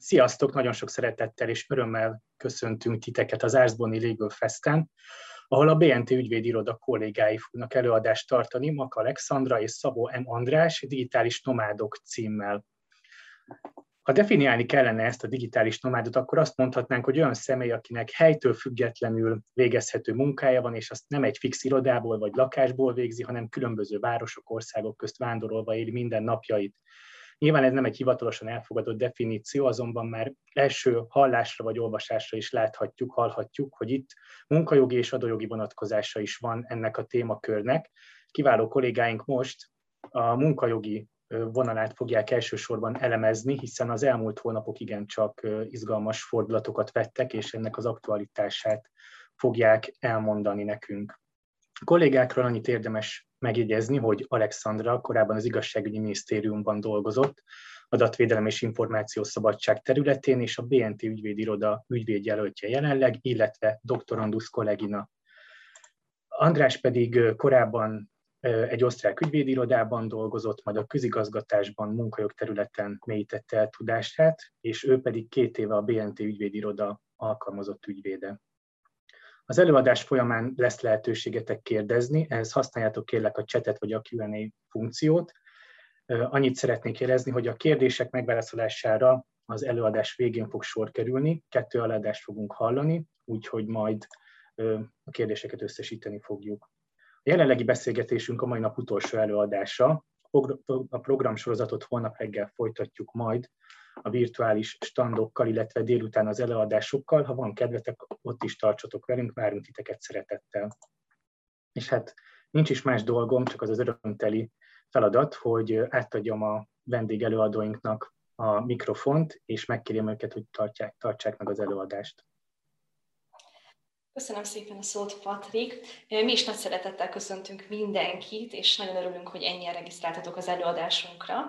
Sziasztok! Nagyon sok szeretettel és örömmel köszöntünk titeket az Árzboni Legal Festen, ahol a BNT ügyvédiroda kollégái fognak előadást tartani, Maka Alexandra és Szabó M. András digitális nomádok címmel. Ha definiálni kellene ezt a digitális nomádot, akkor azt mondhatnánk, hogy olyan személy, akinek helytől függetlenül végezhető munkája van, és azt nem egy fix irodából vagy lakásból végzi, hanem különböző városok, országok közt vándorolva éli minden napjait. Nyilván ez nem egy hivatalosan elfogadott definíció, azonban már első hallásra vagy olvasásra is láthatjuk, hallhatjuk, hogy itt munkajogi és adójogi vonatkozása is van ennek a témakörnek. Kiváló kollégáink most a munkajogi vonalát fogják elsősorban elemezni, hiszen az elmúlt hónapok igencsak izgalmas fordulatokat vettek, és ennek az aktualitását fogják elmondani nekünk. A kollégákról annyit érdemes megjegyezni, hogy Alexandra korábban az Igazságügyi Minisztériumban dolgozott, adatvédelem és információszabadság területén, és a BNT ügyvédiroda ügyvédjelöltje jelenleg, illetve doktorandusz kollégina. András pedig korábban egy osztrák ügyvédirodában dolgozott, majd a közigazgatásban, munkajog területen mélyítette el tudását, és ő pedig 2 éve a BNT ügyvédiroda alkalmazott ügyvéde. Az előadás folyamán lesz lehetőségetek kérdezni, ehhez használjátok kérlek a chatet vagy a Q&A funkciót. Annyit szeretnék jelezni, hogy a kérdések megválaszolására az előadás végén fog sor kerülni, 2 előadást fogunk hallani, úgyhogy majd a kérdéseket összesíteni fogjuk. A jelenlegi beszélgetésünk a mai nap utolsó előadása. A programsorozatot holnap reggel folytatjuk majd a virtuális standokkal, illetve délután az előadásokkal. Ha van kedvetek, ott is tartsatok velünk, várunk titeket szeretettel. És hát nincs is más dolgom, csak az az örömteli feladat, hogy átadjam a vendég előadóinknak a mikrofont, és megkérjem őket, hogy tartsák meg az előadást. Köszönöm szépen a szót, Patrik. Mi is nagy szeretettel köszöntünk mindenkit, és nagyon örülünk, hogy ennyien regisztráltatok az előadásunkra.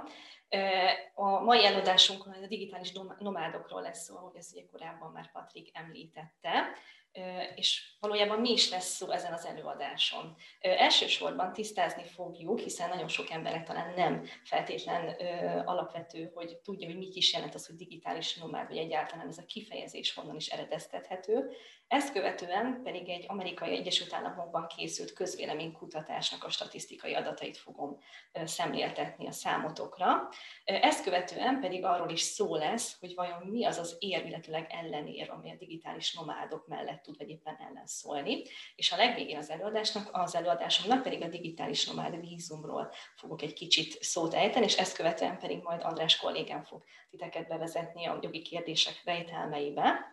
A mai előadásunkon a digitális nomádokról lesz szó, ahogy ezt ugye korábban már Patrik említette, és valójában mi is lesz szó ezen az előadáson. Elsősorban tisztázni fogjuk, hiszen nagyon sok emberek talán nem feltétlen alapvető, hogy tudja, hogy mit is jelent az, hogy digitális nomád, vagy egyáltalán ez a kifejezés honnan is eredeztethető. Ezt követően pedig egy Amerikai Egyesült Államokban készült közvéleménykutatásnak a statisztikai adatait fogom szemléltetni a számotokra. Ezt követően pedig arról is szó lesz, hogy vajon mi az az érv, illetőleg ellenérv, ami a digitális nomádok mellett tud, vagy éppen ellen szólni. És a legvégén az előadásomnak pedig a digitális nomád vízumról fogok egy kicsit szót ejteni, és ezt követően pedig majd András kollégám fog titeket bevezetni a jogi kérdések rejtelmeibe.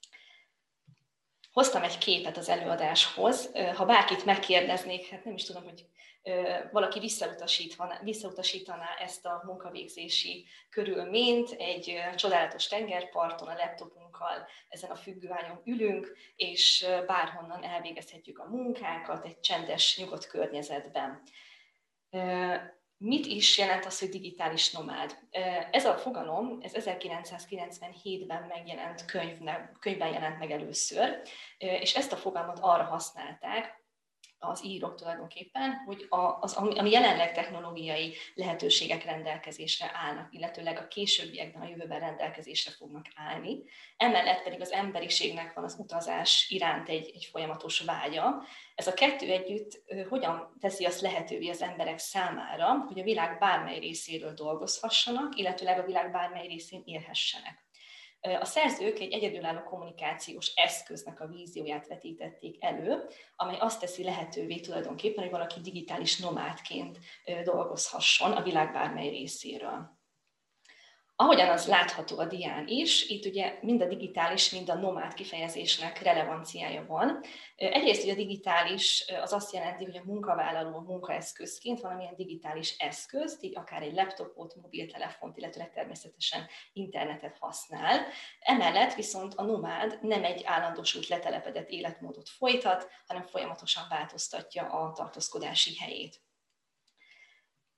Hoztam egy képet az előadáshoz. Ha bárkit megkérdeznék, hát nem is tudom, hogy valaki visszautasítaná ezt a munkavégzési körülményt. Egy csodálatos tengerparton, a laptopunkkal ezen a függőágyon ülünk, és bárhonnan elvégezhetjük a munkákat egy csendes, nyugodt környezetben. Mit is jelent az, hogy digitális nomád? Ez a fogalom, ez 1997-ben megjelent könyvben jelent meg először, és ezt a fogalmat arra használták az írók tulajdonképpen, hogy ami jelenleg technológiai lehetőségek rendelkezésre állnak, illetőleg a későbbiekben, a jövőben rendelkezésre fognak állni. Emellett pedig az emberiségnek van az utazás iránt egy folyamatos vágya. Ez a kettő együtt hogyan teszi azt lehetővé az emberek számára, hogy a világ bármely részéről dolgozhassanak, illetőleg a világ bármely részén élhessenek. A szerzők egy egyedülálló kommunikációs eszköznek a vízióját vetítették elő, amely azt teszi lehetővé tulajdonképpen, hogy valaki digitális nomádként dolgozhasson a világ bármely részéről. Ahogyan az látható a dián is, itt ugye mind a digitális, mind a nomád kifejezésnek relevanciája van. Egyrészt ugye a digitális az azt jelenti, hogy a munkavállaló a munkaeszközként valamilyen digitális eszközt, így akár egy laptopot, mobiltelefont, illetve természetesen internetet használ. Emellett viszont a nomád nem egy állandósult letelepedett életmódot folytat, hanem folyamatosan változtatja a tartózkodási helyét.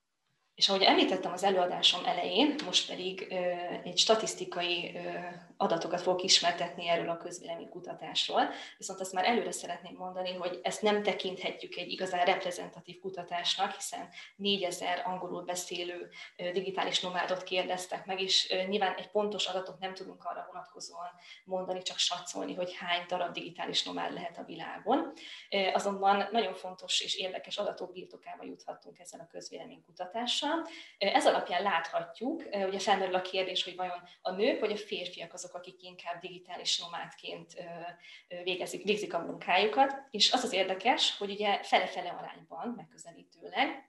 És ahogy említettem az előadásom elején, most pedig egy statisztikai adatokat fogok ismertetni erről a közvéleménykutatásról, viszont azt már előre szeretném mondani, hogy ezt nem tekinthetjük egy igazán reprezentatív kutatásnak, hiszen 4000 angolul beszélő digitális nomádot kérdeztek meg, és nyilván egy pontos adatot nem tudunk arra vonatkozóan mondani, csak satszolni, hogy hány darab digitális nomád lehet a világon. Azonban nagyon fontos és érdekes adatok birtokába juthattunk ezzel a közvéleménykutatással. Ez alapján láthatjuk, ugye felmerül a kérdés, hogy vajon a nők vagy a férfiak azok, akik inkább digitális nomádként végzik a munkájukat, és az az érdekes, hogy ugye fele-fele arányban megközelítőleg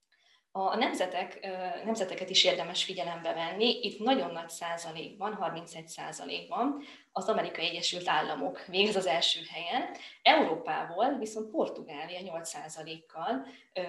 a nemzeteket is érdemes figyelembe venni. Itt nagyon nagy százalékban, 31%-ban az Amerikai Egyesült Államok végez az első helyen. Európából viszont Portugália 8%-kal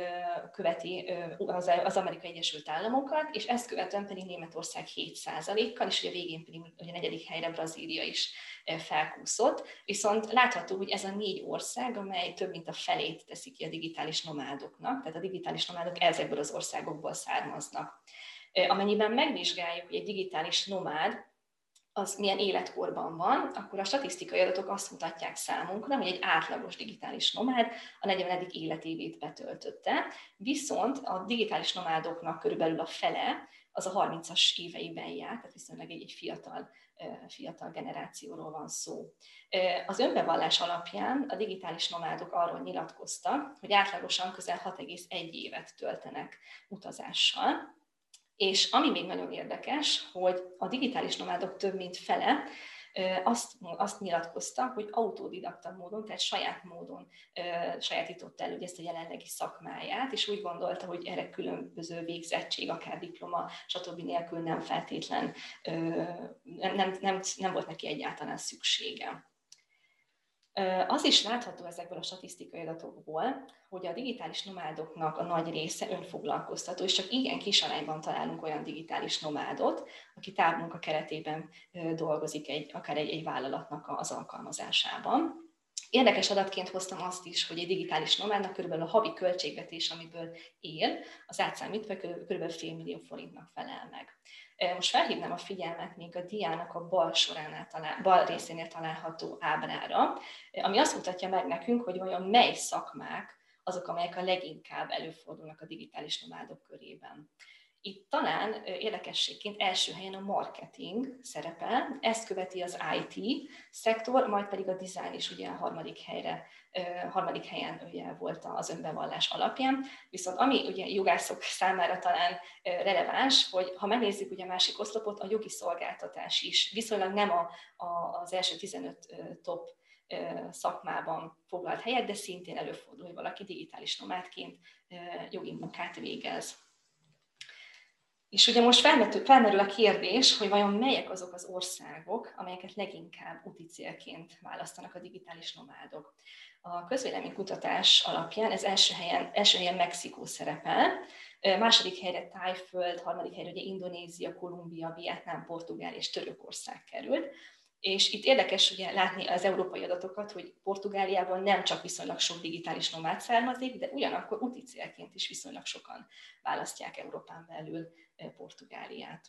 követi az Amerikai Egyesült Államokat, és ezt követően pedig Németország 7%-kal, és ugye a végén pedig a 4. helyre Brazília is felkúszott. Viszont látható, hogy ez a 4 ország, amely több mint a felét teszi ki a digitális nomádoknak, tehát a digitális nomádok ezekből az országokból származnak. Amennyiben megvizsgáljuk, hogy egy digitális nomád az milyen életkorban van, akkor a statisztikai adatok azt mutatják számunkra, hogy egy átlagos digitális nomád a 40. életévét betöltötte, viszont a digitális nomádoknak körülbelül a fele az a 30-as éveiben jár, tehát viszonylag egy fiatal generációról van szó. Az önbevallás alapján a digitális nomádok arról nyilatkoztak, hogy átlagosan közel 6,1 évet töltenek utazással, és ami még nagyon érdekes, hogy a digitális nomádok több mint fele azt nyilatkozta, hogy autodidakta módon, tehát saját módon sajátította elő ezt a jelenlegi szakmáját, és úgy gondolta, hogy erre különböző végzettség, akár diploma, stb. Nélkül nem feltétlen, nem volt neki egyáltalán szüksége. Az is látható ezekből a statisztikai adatokból, hogy a digitális nomádoknak a nagy része önfoglalkoztató, és csak igen kis arányban találunk olyan digitális nomádot, aki távmunka keretében dolgozik akár egy vállalatnak az alkalmazásában. Érdekes adatként hoztam azt is, hogy egy digitális nomádnak körülbelül a havi költségvetés, amiből él, az átszámítva körülbelül $500 000 forintnak felel meg. Most felhívnám a figyelmet még a diának a bal részénél található ábrára, ami azt mutatja meg nekünk, hogy vajon mely szakmák azok, amelyek a leginkább előfordulnak a digitális nomádok körében. Itt talán érdekességként első helyen a marketing szerepel, ezt követi az IT szektor, majd pedig a design is ugye a harmadik helyen ugye volt az önbevallás alapján. Viszont ami ugye jogászok számára talán releváns, hogy ha megnézzük ugye a másik oszlopot, a jogi szolgáltatás is viszonylag nem az első 15 top szakmában foglalt helyet, de szintén előfordul, hogy valaki digitális nomádként jogi munkát végez. És ugye most felmerül a kérdés, hogy vajon melyek azok az országok, amelyeket leginkább úti célként választanak a digitális nomádok. A közvéleménykutatás alapján ez első helyen Mexikó szerepel, második helyre Tájföld, harmadik helyre ugye Indonézia, Kolumbia, Vietnám, Portugál és Törökország került. És itt érdekes ugye látni az európai adatokat, hogy Portugáliában nem csak viszonylag sok digitális nomád származik, de ugyanakkor úti célként is viszonylag sokan választják Európán belül Portugáliát.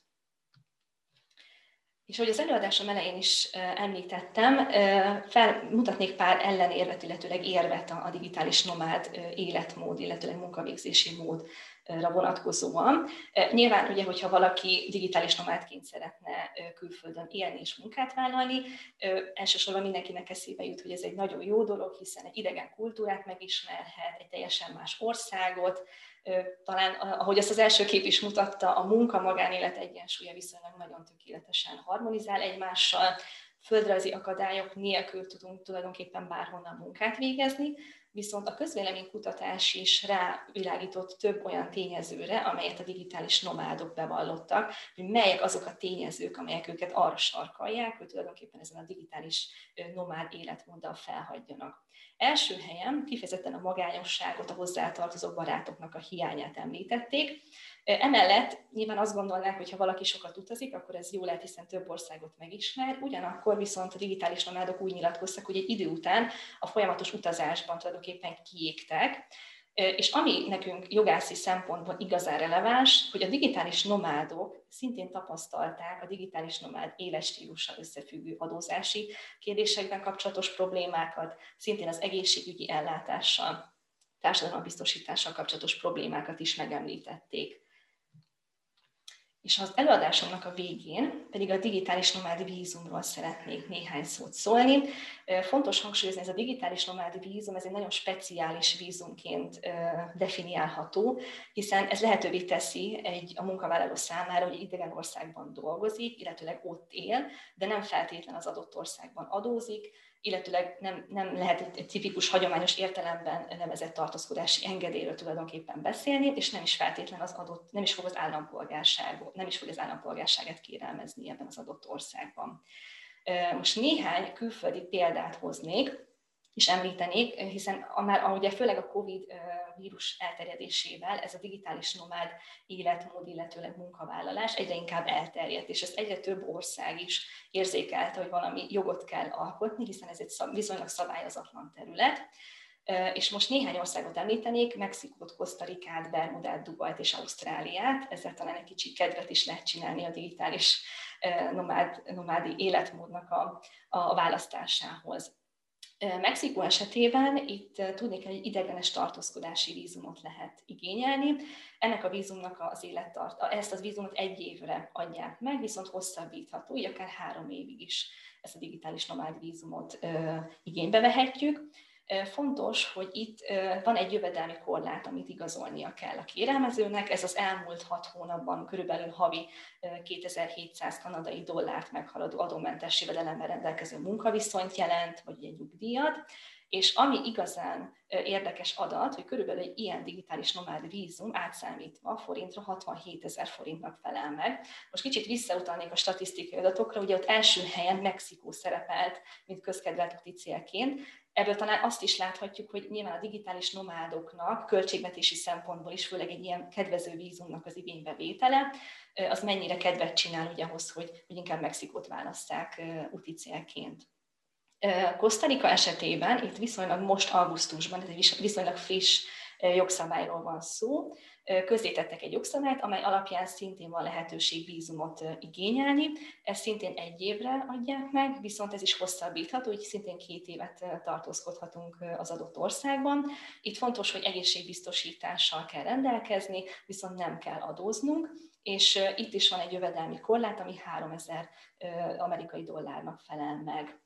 És ahogy az előadásom elején is említettem, felmutatnék pár ellenérvet, illetőleg érvet a digitális nomád életmód, illetőleg munkavégzési módra vonatkozóan. Nyilván, ugye, hogyha valaki digitális nomádként szeretne külföldön élni és munkát vállalni, elsősorban mindenkinek eszébe jut, hogy ez egy nagyon jó dolog, hiszen egy idegen kultúrát megismerhet, egy teljesen más országot, talán, ahogy azt az első kép is mutatta, a munka-magánélet egyensúlya viszonylag nagyon tökéletesen harmonizál egymással, földrajzi akadályok nélkül tudunk tulajdonképpen bárhonnan munkát végezni, viszont a közvéleménykutatás is rávilágított több olyan tényezőre, amelyet a digitális nomádok bevallottak, hogy melyek azok a tényezők, amelyek őket arra sarkalják, hogy tulajdonképpen ezen a digitális nomád életmóddal felhagyjanak. Első helyen kifejezetten a magányosságot, a hozzátartozó barátoknak a hiányát említették. Emellett nyilván azt gondolnák, hogy ha valaki sokat utazik, akkor ez jó lehet, hiszen több országot megismer, ugyanakkor viszont a digitális nomádok úgy nyilatkoztak, hogy egy idő után a folyamatos utazásban tulajdonképpen kiégtek, És ami nekünk jogászi szempontból igazán releváns, hogy a digitális nomádok szintén tapasztalták a digitális nomád életstílussal összefüggő adózási kérdésekben kapcsolatos problémákat, szintén az egészségügyi ellátással, társadalombiztosítással kapcsolatos problémákat is megemlítették. És az előadásomnak a végén pedig a digitális nomád vízumról szeretnék néhány szót szólni. Fontos hangsúlyozni, ez a digitális nomád vízum, ez egy nagyon speciális vízumként definiálható, hiszen ez lehetővé teszi a munkavállaló számára, hogy idegen országban dolgozik, illetőleg ott él, de nem feltétlen az adott országban adózik, illetőleg nem lehet egy tipikus, hagyományos értelemben nevezett tartózkodási engedélyről tulajdonképpen beszélni, és nem is feltétlen nem is fog az állampolgárságát kérelmezni ebben az adott országban. Most néhány külföldi példát hoznék, és említenék, hiszen ugye főleg a Covid vírus elterjedésével ez a digitális nomád életmód, illetőleg munkavállalás egyre inkább elterjedt, és ezt egyre több ország is érzékelte, hogy valami jogot kell alkotni, hiszen ez egy viszonylag szabályozatlan terület. És most néhány országot említenék, Mexikót, Kosztarikát, Bermudát, Dubajt és Ausztráliát, ezzel talán egy kicsit kedvet is lehet csinálni a digitális nomádi életmódnak a választásához. Mexikó esetében itt tudni kell, hogy idegenes tartózkodási vízumot lehet igényelni. Ennek a vízumnak ezt a vízumot 1 évre adják meg, viszont hosszabbítható, így akár 3 évig is ezt a digitális nomád vízumot igénybe vehetjük. Fontos, hogy itt van egy jövedelmi korlát, amit igazolnia kell a kérelmezőnek. Ez az elmúlt 6 hónapban körülbelül havi 2700 kanadai dollárt meghaladó adómentes jövedelemmel rendelkező munkaviszonyt jelent, vagy egy nyugdíjat. És ami igazán érdekes adat, hogy körülbelül egy ilyen digitális nomád vízum átszámítva forintra 67 000 forintnak felel meg. Most kicsit visszautalnék a statisztikai adatokra, ugye ott első helyen Mexikó szerepelt, mint közkedvelt úti célként. Ebből talán azt is láthatjuk, hogy nyilván a digitális nomádoknak költségvetési szempontból is, főleg egy ilyen kedvező vízumnak az igénybevétele, az mennyire kedvet csinál ugye ahhoz, hogy inkább Mexikót válasszák úti célként. Kosztarika esetében, itt viszonylag most augusztusban, ez egy viszonylag friss jogszabályról van szó, közzétettek egy jogszabályt, amely alapján szintén van lehetőség vízumot igényelni. Ezt szintén 1 évre adják meg, viszont ez is hosszabbítható, így szintén 2 évet tartózkodhatunk az adott országban. Itt fontos, hogy egészségbiztosítással kell rendelkezni, viszont nem kell adóznunk, és itt is van egy jövedelmi korlát, ami 3000 amerikai dollárnak felel meg.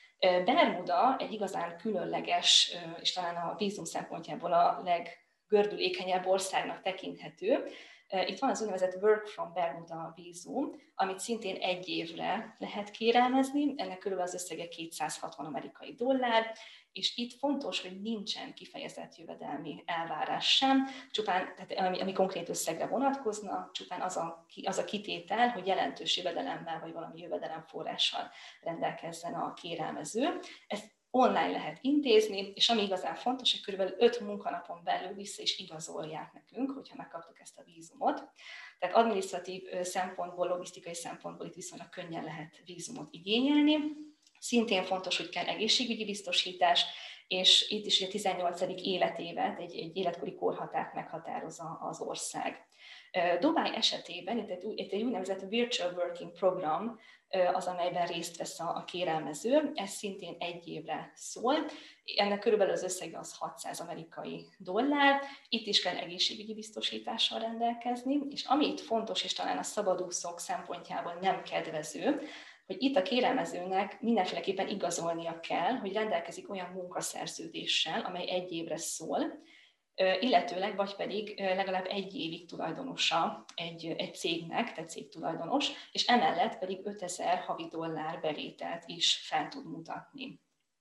Bermuda egy igazán különleges, és talán a vízum szempontjából a leggördülékenyebb országnak tekinthető. Itt van az úgynevezett Work from Bermuda vízum, amit szintén 1 évre lehet kérelmezni, ennek körülbelül az összege 260 amerikai dollár, és itt fontos, hogy nincsen kifejezett jövedelmi elvárás sem, csupán, tehát ami konkrét összegre vonatkozna, csupán az a kitétel, hogy jelentős jövedelemmel vagy valami jövedelemforrással rendelkezzen a kérelmező. Ezt online lehet intézni, és ami igazán fontos, hogy kb. 5 munkanapon belül vissza is igazolják nekünk, hogyha megkaptuk ezt a vízumot. Tehát adminisztratív szempontból, logisztikai szempontból itt viszonylag könnyen lehet vízumot igényelni. Szintén fontos, hogy kell egészségügyi biztosítás, és itt is a 18. életévet, egy életkori korhatárt meghatározza az ország. Dubaj esetében itt egy úgynevezett Virtual Working Program az, amelyben részt vesz a kérelmező, ez szintén 1 évre szól. Ennek körülbelül az összege az 600 amerikai dollár, itt is kell egészségügyi biztosítással rendelkezni, és ami itt fontos, és talán a szabadúszók szempontjából nem kedvező, hogy itt a kérelmezőnek mindenféleképpen igazolnia kell, hogy rendelkezik olyan munkaszerződéssel, amely 1 évre szól, illetőleg vagy pedig legalább 1 évig tulajdonosa egy cégnek, tehát cégtulajdonos, és emellett pedig 5000 havi dollár bevételt is fel tud mutatni.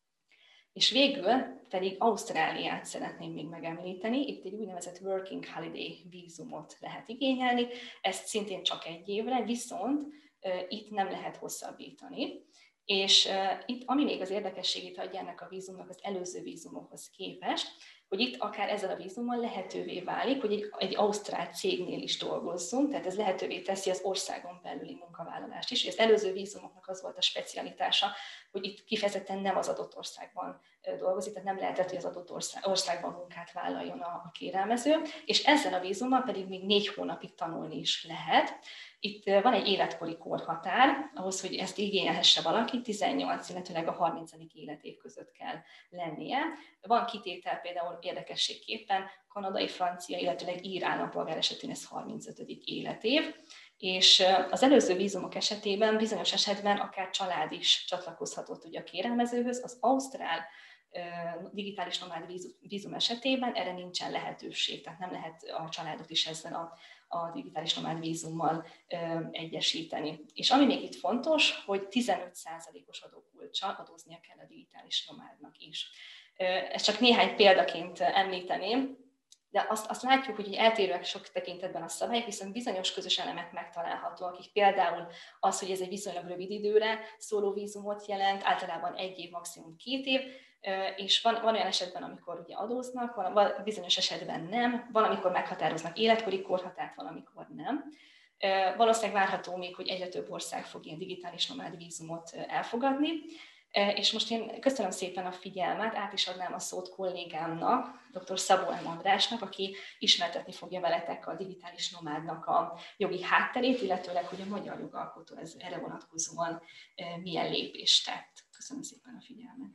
És végül pedig Ausztráliát szeretném még megemlíteni, itt egy úgynevezett Working Holiday vízumot lehet igényelni, ezt szintén csak 1 évre, viszont itt nem lehet hosszabbítani, És itt, ami még az érdekességét adja ennek a vízumnak az előző vízumokhoz képest, hogy itt akár ezzel a vízummal lehetővé válik, hogy egy ausztrál cégnél is dolgozzunk, tehát ez lehetővé teszi az országon belüli munkavállalást is. Az előző vízumoknak az volt a specialitása, hogy itt kifejezetten nem az adott országban dolgozik, tehát nem lehetett, hogy az adott országban munkát vállaljon a kérelmező, és ezzel a vízummal pedig még 4 hónapig tanulni is lehet. Itt van egy életkori korhatár, ahhoz, hogy ezt igényelhesse valaki, 18, illetőleg a 30. életév között kell lennie. Van kitétel például érdekességképpen, kanadai, francia, illetőleg ír állampolgár esetén ez 35. életév, és az előző vízumok esetében bizonyos esetben akár család is csatlakozhatott ugye a kérelmezőhöz, az ausztrál digitális nomád vízum esetében erre nincsen lehetőség, tehát nem lehet a családot is ezzel a digitális nomád vízummal egyesíteni. És ami még itt fontos, hogy 15%-os adókulccsal adóznia kell a digitális nomádnak is. Ezt csak néhány példaként említeném, de azt látjuk, hogy eltérőek sok tekintetben a szabályok, viszont bizonyos közös elemek megtalálhatóak, így például az, hogy ez egy viszonylag rövid időre szóló vízumot jelent, általában 1 év, maximum 2 év, és van olyan esetben, amikor ugye adóznak, van bizonyos esetben nem, van, amikor meghatároznak életkori korhatárt, van, amikor nem. Valószínűleg várható még, hogy egyre több ország fog ilyen digitális nomád vízumot elfogadni. És most én köszönöm szépen a figyelmet, át is adnám a szót kollégámnak, dr. Szabó M. Andrásnak, aki ismertetni fogja veletek a digitális nomádnak a jogi hátterét, illetőleg, hogy a magyar jogalkotó erre vonatkozóan milyen lépést tett. Köszönöm szépen a figyelmet.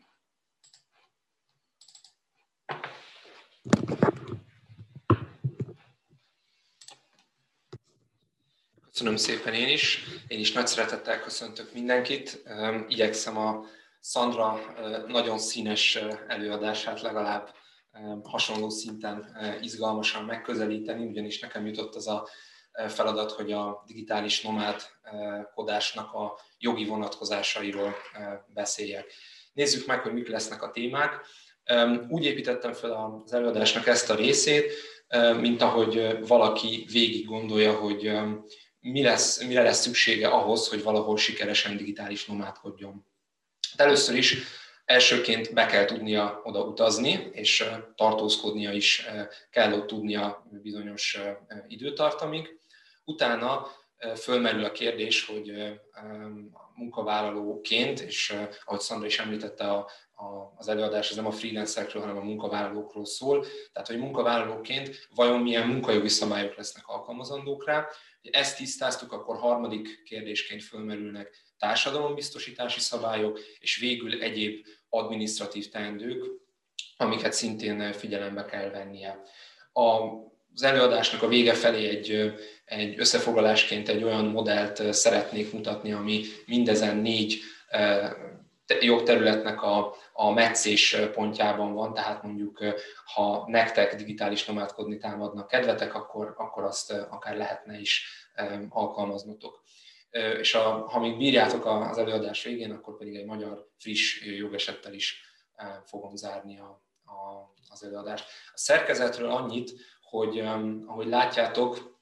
Köszönöm szépen én is. Én is nagy szeretettel köszöntök mindenkit. Igyekszem a Szandra nagyon színes előadását legalább hasonló szinten izgalmasan megközelíteni, ugyanis nekem jutott az a feladat, hogy a digitális nomádkodásnak a jogi vonatkozásairól beszéljek. Nézzük meg, hogy mik lesznek a témák. Úgy építettem fel az előadásnak ezt a részét, mint ahogy valaki végig gondolja, hogy mire lesz szüksége ahhoz, hogy valahol sikeresen digitális nomádkodjon. Először is elsőként be kell tudnia oda utazni, és tartózkodnia is kell ott tudnia bizonyos időtartamig. Utána fölmerül a kérdés, hogy munkavállalóként, és ahogy Szandra is említette, az előadás az nem a freelancerekről, hanem a munkavállalókról szól, tehát hogy munkavállalóként vajon milyen munkajogi szabályok lesznek alkalmazandók rá. Ezt tisztáztuk, akkor harmadik kérdésként fölmerülnek társadalombiztosítási szabályok, és végül egyéb adminisztratív teendők, amiket szintén figyelembe kell vennie. Az előadásnak a vége felé egy összefoglalásként egy olyan modellt szeretnék mutatni, ami mindezen 4 jogterületnek a meccés pontjában van, tehát mondjuk ha nektek digitális nomádkodni támadnak kedvetek, akkor azt akár lehetne is alkalmaznotok. És ha még bírjátok az előadás végén, akkor pedig egy magyar friss jogesettel is fogom zárni az előadást. A szerkezetről annyit, hogy ahogy látjátok,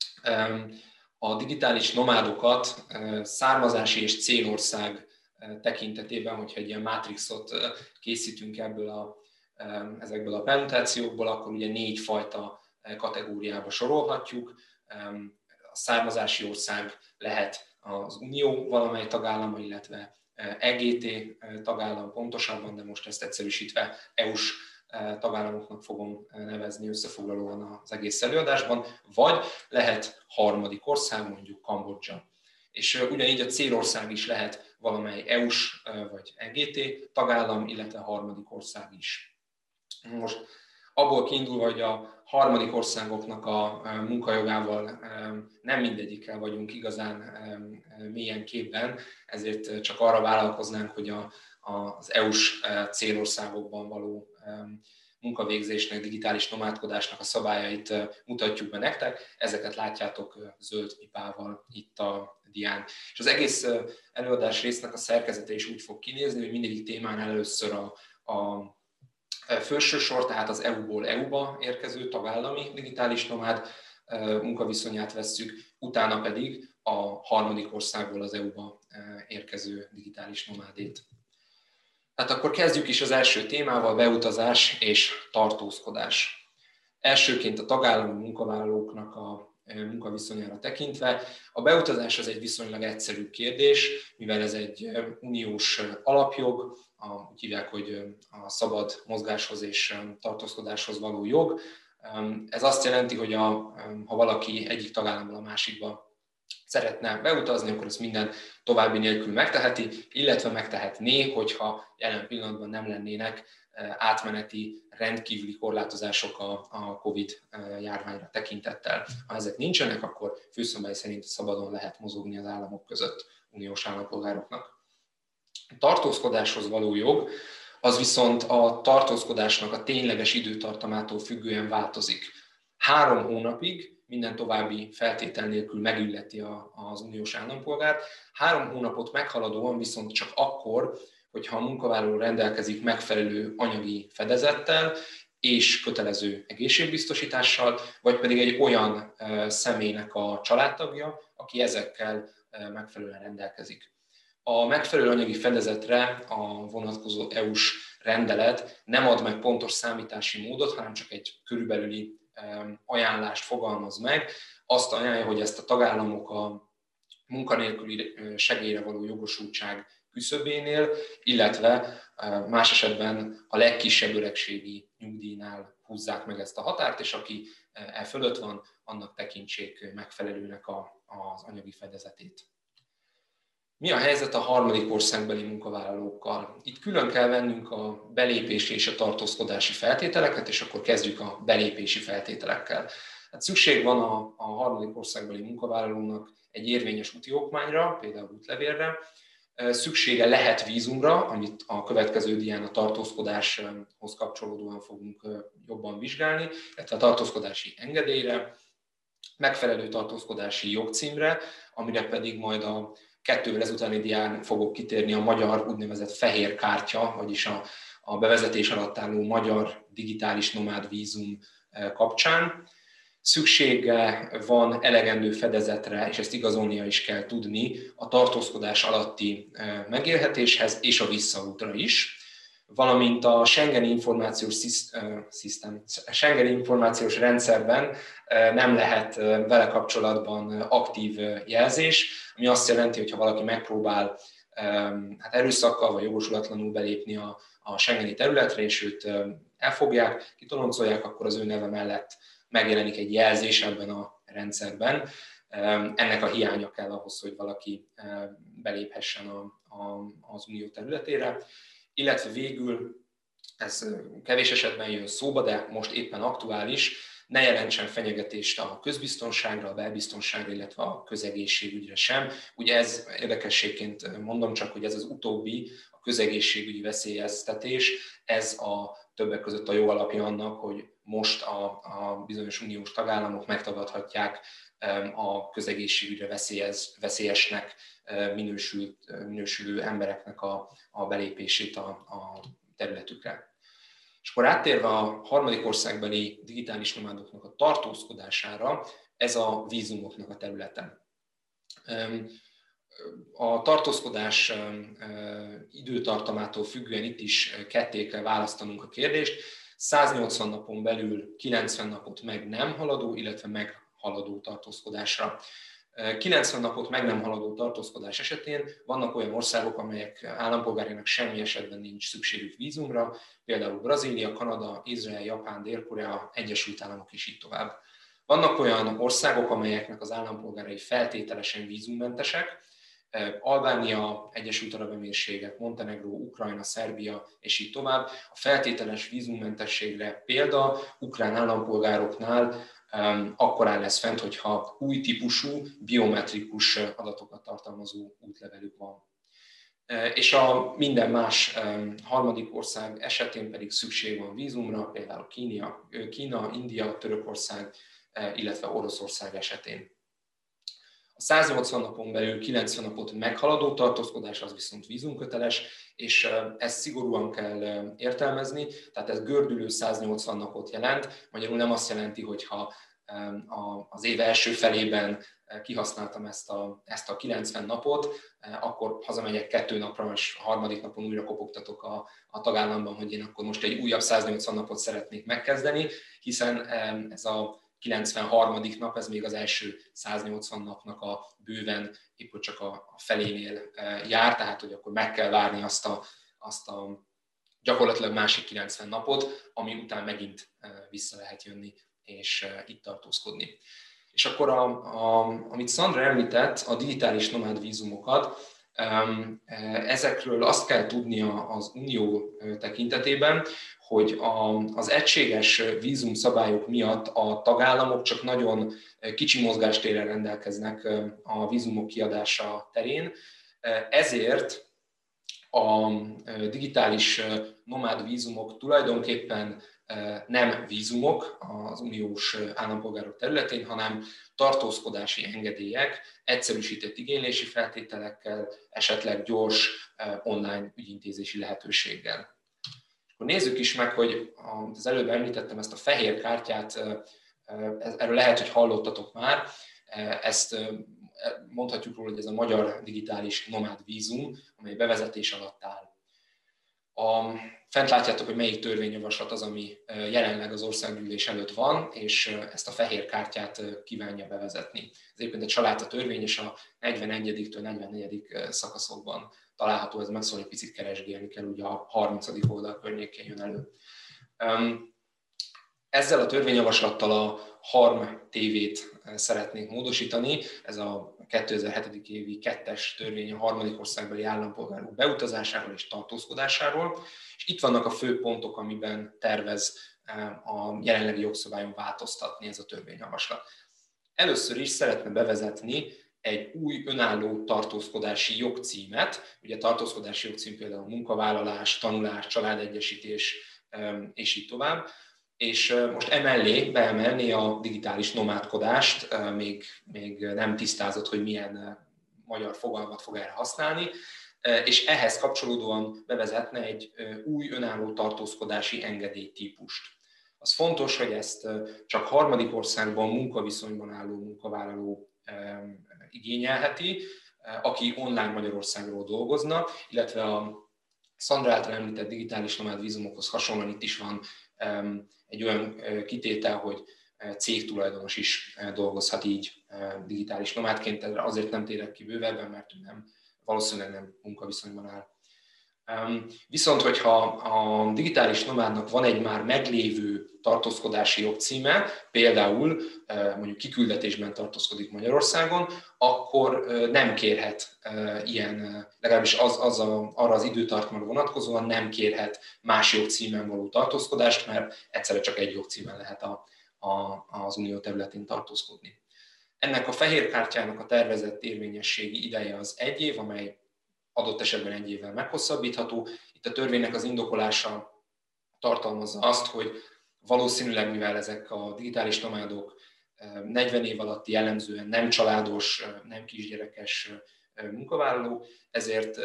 a digitális nomádokat származási és célország tekintetében, hogyha egy ilyen mátrixot készítünk ezekből a permutációkból, akkor ugye 4 fajta kategóriába sorolhatjuk. A származási ország lehet az Unió valamely tagállama, illetve EGT tagállam pontosabban, de most ezt egyszerűsítve EU-s tagállamoknak fogom nevezni összefoglalóan az egész előadásban, vagy lehet harmadik ország, mondjuk Kambodzsa. És ugyanígy a célország is lehet valamely EU-s vagy EGT tagállam, illetve harmadik ország is. Most abból kiindulva, hogy a harmadik országoknak a munkajogával nem mindegyikkel vagyunk igazán mélyen képben, ezért csak arra vállalkoznánk, hogy az EU-s célországokban való munkavégzésnek, digitális nomádkodásnak a szabályait mutatjuk be nektek. Ezeket látjátok zöld pipával itt a dián. És az egész előadás résznek a szerkezete is úgy fog kinézni, hogy mindegyik témánál először a felső sor, tehát az EU-ból EU-ba érkező tagállami digitális nomád munkaviszonyát vesszük, utána pedig a harmadik országból az EU-ba érkező digitális nomádét. Hát akkor kezdjük is az első témával, beutazás és tartózkodás. Elsőként a tagállami munkavállalóknak a munkaviszonyára tekintve. A beutazás az egy viszonylag egyszerű kérdés, mivel ez egy uniós alapjog, úgy hívják, hogy a szabad mozgáshoz és tartózkodáshoz való jog. Ez azt jelenti, hogy ha valaki egyik tagállamból a másikba szeretne beutazni, akkor ezt minden további nélkül megteheti, illetve megtehetné, hogyha jelen pillanatban nem lennének átmeneti rendkívüli korlátozások a COVID járványra tekintettel. Ha ezek nincsenek, akkor főszabály szerint szabadon lehet mozogni az államok között uniós állampolgároknak. A tartózkodáshoz való jog, az viszont a tartózkodásnak a tényleges időtartamától függően változik. 3 hónapig minden további feltétel nélkül megilleti az uniós állampolgárt. 3 hónapot meghaladóan viszont csak akkor, hogyha a munkavállaló rendelkezik megfelelő anyagi fedezettel és kötelező egészségbiztosítással, vagy pedig egy olyan személynek a családtagja, aki ezekkel megfelelően rendelkezik. A megfelelő anyagi fedezetre a vonatkozó EU-s rendelet nem ad meg pontos számítási módot, hanem csak egy körülbelüli ajánlást fogalmaz meg. Azt ajánlja, hogy ezt a tagállamok a munkanélküli segélyre való jogosultság küszöbénél, illetve más esetben a legkisebb öregségi nyugdíjnál húzzák meg ezt a határt, és aki fölött van, annak tekintsék megfelelőnek az anyagi fedezetét. Mi a helyzet a harmadik országbeli munkavállalókkal? Itt külön kell vennünk a belépési és a tartózkodási feltételeket, és akkor kezdjük a belépési feltételekkel. Hát szükség van a harmadik országbeli munkavállalónak egy érvényes úti okmányra, például útlevélre. Szüksége lehet vízumra, amit a következő dián a tartózkodáshoz kapcsolódóan fogunk jobban vizsgálni, illetve a tartózkodási engedélyre, megfelelő tartózkodási jogcímre, amire pedig majd a 2 ezutáni dián fogok kitérni a magyar úgynevezett fehér kártya, vagyis a bevezetés alatt álló magyar digitális nomád vízum kapcsán. Szüksége van elegendő fedezetre, és ezt igazolnia is kell tudni, a tartózkodás alatti megélhetéshez és a visszaútra is, valamint a Schengeni információs rendszerben nem lehet vele kapcsolatban aktív jelzés, ami azt jelenti, hogy ha valaki megpróbál erőszakkal vagy jogosulatlanul belépni a Schengeni területre, és őt elfogják, kitoloncolják, akkor az ő neve mellett megjelenik egy jelzés ebben a rendszerben. Ennek a hiánya kell ahhoz, hogy valaki beléphessen az unió területére. Illetve végül, ez kevés esetben jön szóba, de most éppen aktuális, ne jelentsen fenyegetést a közbiztonságra, a belbiztonságra, illetve a közegészségügyre sem. Ugye ez érdekességként mondom csak, hogy ez az utóbbi, a közegészségügyi veszélyeztetés, ez a többek között a jogalapja annak, hogy most a bizonyos uniós tagállamok megtagadhatják a közegészségügyre veszélyesnek minősülő embereknek a belépését a területükre. És akkor áttérve a harmadik országbeli digitális nomádoknak a tartózkodására, ez a vízumoknak a területe. A tartózkodás időtartamától függően itt is ketté kell választanunk a kérdést. 180 napon belül 90 napot meg nem haladó, illetve meghaladó tartózkodásra. 90 napot meg nem haladó tartózkodás esetén vannak olyan országok, amelyek állampolgárjának semmi esetben nincs szükségük vízumra, például Brazília, Kanada, Izrael, Japán, Dél-Korea, Egyesült Államok és így tovább. Vannak olyan országok, amelyeknek az állampolgárai feltételesen vízummentesek, Albánia, Egyesült Arab Emírségek, Montenegró, Ukrajna, Szerbia és így tovább. A feltételes vízummentességre példa ukrán állampolgároknál akkor áll ez fent, hogyha új típusú biometrikus adatokat tartalmazó útlevelük van. És a minden más harmadik ország esetén pedig szükség van vízumra, például Kína, India, Törökország, illetve Oroszország esetén. A 180 napon belül 90 napot meghaladó tartózkodás az viszont vízumköteles, és ezt szigorúan kell értelmezni, tehát ez gördülő 180 napot jelent, magyarul nem azt jelenti, hogy ha az év első felében kihasználtam ezt a 90 napot, akkor hazamegyek 2 napra, és a harmadik napon újra kopogtatok a tagállamban, hogy én akkor most egy újabb 180 napot szeretnék megkezdeni, hiszen ez a 93. nap, ez még az első 180 napnak a bőven épp csak a felénél jár, tehát hogy akkor meg kell várni azt a gyakorlatilag másik 90 napot, ami után megint vissza lehet jönni és itt tartózkodni. És akkor, amit Szandra említett, a digitális nomád vízumokat, ezekről azt kell tudnia az Unió tekintetében, hogy az egységes vízumszabályok miatt a tagállamok csak nagyon kicsi mozgástérrel rendelkeznek a vízumok kiadása terén, ezért a digitális nomád vízumok tulajdonképpen nem vízumok az uniós állampolgárok területén, hanem tartózkodási engedélyek, egyszerűsített igénylési feltételekkel, esetleg gyors online ügyintézési lehetőséggel. Akkor nézzük is meg, hogy az előbb említettem ezt a fehér kártyát, erről lehet, hogy hallottatok már, ezt mondhatjuk róla, hogy ez a magyar digitális nomád vízum, amely bevezetés alatt áll. Fent látjátok, hogy melyik törvényjavaslat az, ami jelenleg az országgyűlés előtt van, és ezt a fehér kártyát kívánja bevezetni. Ez egyébként egy családta törvény, és a 41-től 44. szakaszokban található, ez megszól, egy picit keresgélni kell, ugye a 30. oldal környékén jön elő. Ezzel a törvényjavaslattal a HARM TV-t szeretnénk módosítani, ez a 2007. évi 2-es törvény a harmadik országbeli állampolgárok beutazásáról és tartózkodásáról, és itt vannak a fő pontok, amiben tervez a jelenlegi jogszabályon változtatni ez a törvényjavaslat. Először is szeretne bevezetni egy új önálló tartózkodási jogcímet, ugye tartózkodási jogcím például munkavállalás, tanulás, családegyesítés és így tovább, és most emellé beemelni a digitális nomádkodást, még nem tisztázott, hogy milyen magyar fogalmat fog erre használni, és ehhez kapcsolódóan bevezetne egy új önálló tartózkodási engedélytípust. Az fontos, hogy ezt csak harmadik országban munkaviszonyban álló munkavállaló igényelheti, aki online Magyarországról dolgozna, illetve a Szandra által említett digitális nomád vízumokhoz hasonlóan itt is van egy olyan kitétel, hogy cégtulajdonos is dolgozhat így digitális nomádként, azért nem térek ki bővebben, mert valószínűleg nem munkaviszonyban áll. Viszont, hogyha a digitális nomádnak van egy már meglévő tartózkodási jogcíme, például mondjuk kiküldetésben tartózkodik Magyarországon, akkor nem kérhet ilyen, legalábbis arra az időtartamra vonatkozóan nem kérhet más jogcímen való tartózkodást, mert egyszerre csak egy jogcímen lehet az unió területén tartózkodni. Ennek a fehér kártyának a tervezett érvényességi ideje az 1 év, amely adott esetben 1 évvel meghosszabbítható. Itt a törvénynek az indokolása tartalmazza azt, hogy valószínűleg, mivel ezek a digitális nomádok 40 év alatti jellemzően nem családos, nem kisgyerekes munkavállaló, ezért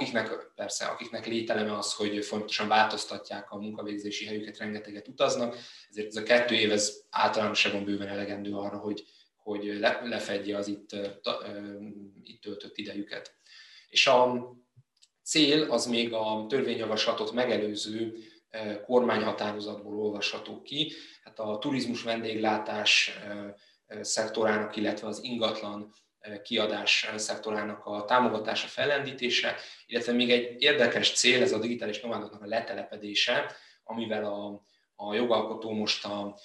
akiknek lételeme az, hogy folyamatosan változtatják a munkavégzési helyüket, rengeteget utaznak, ezért ez a 2 év ez általánosságban bőven elegendő arra, hogy lefedje az itt töltött idejüket. És a cél az még a törvényjavaslatot megelőző kormányhatározatból olvasható ki. Hát a turizmus vendéglátás szektorának, illetve az ingatlan kiadás szektorának a támogatása, fellendítése, illetve még egy érdekes cél, ez a digitális nomádoknak a letelepedése, amivel a jogalkotó most a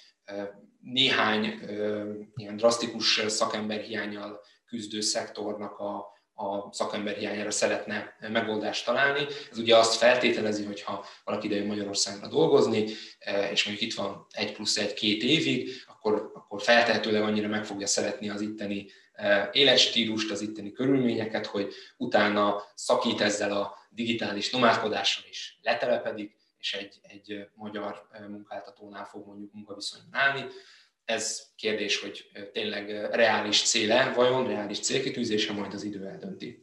néhány ilyen drasztikus szakemberhiánnyal küzdő szektornak a szakemberhiányára szeretne megoldást találni. Ez ugye azt feltételezi, hogy ha valaki idejön Magyarországra dolgozni, és mondjuk itt van 1+1-2 évig, akkor feltehetőleg annyira meg fogja szeretni az itteni életstílust, az itteni körülményeket, hogy utána szakít ezzel a digitális nomádkodással is letelepedik, és egy magyar munkáltatónál fog mondjuk munkaviszonyban állni. Ez kérdés, hogy tényleg reális céle, vajon reális célkitűzése, majd az idő eldönti.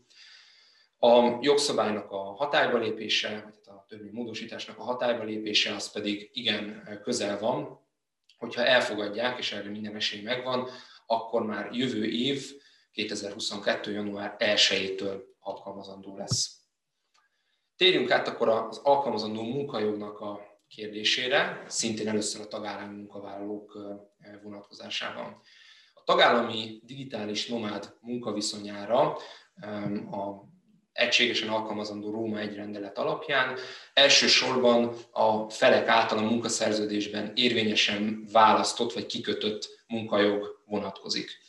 A jogszabálynak a hatályba lépése, vagy a törvénymódosításnak a hatályba lépése, az pedig igen közel van, hogyha elfogadják, és erre minden esély megvan, akkor már jövő év, 2022. január 1-től alkalmazandó lesz. Térjünk át akkor az alkalmazandó munkajognak a kérdésére, szintén először a tagállami munkavállalók vonatkozásában. A tagállami digitális nomád munkaviszonyára a egységesen alkalmazandó Róma I rendelet alapján elsősorban a felek által a munkaszerződésben érvényesen választott vagy kikötött munkajog vonatkozik.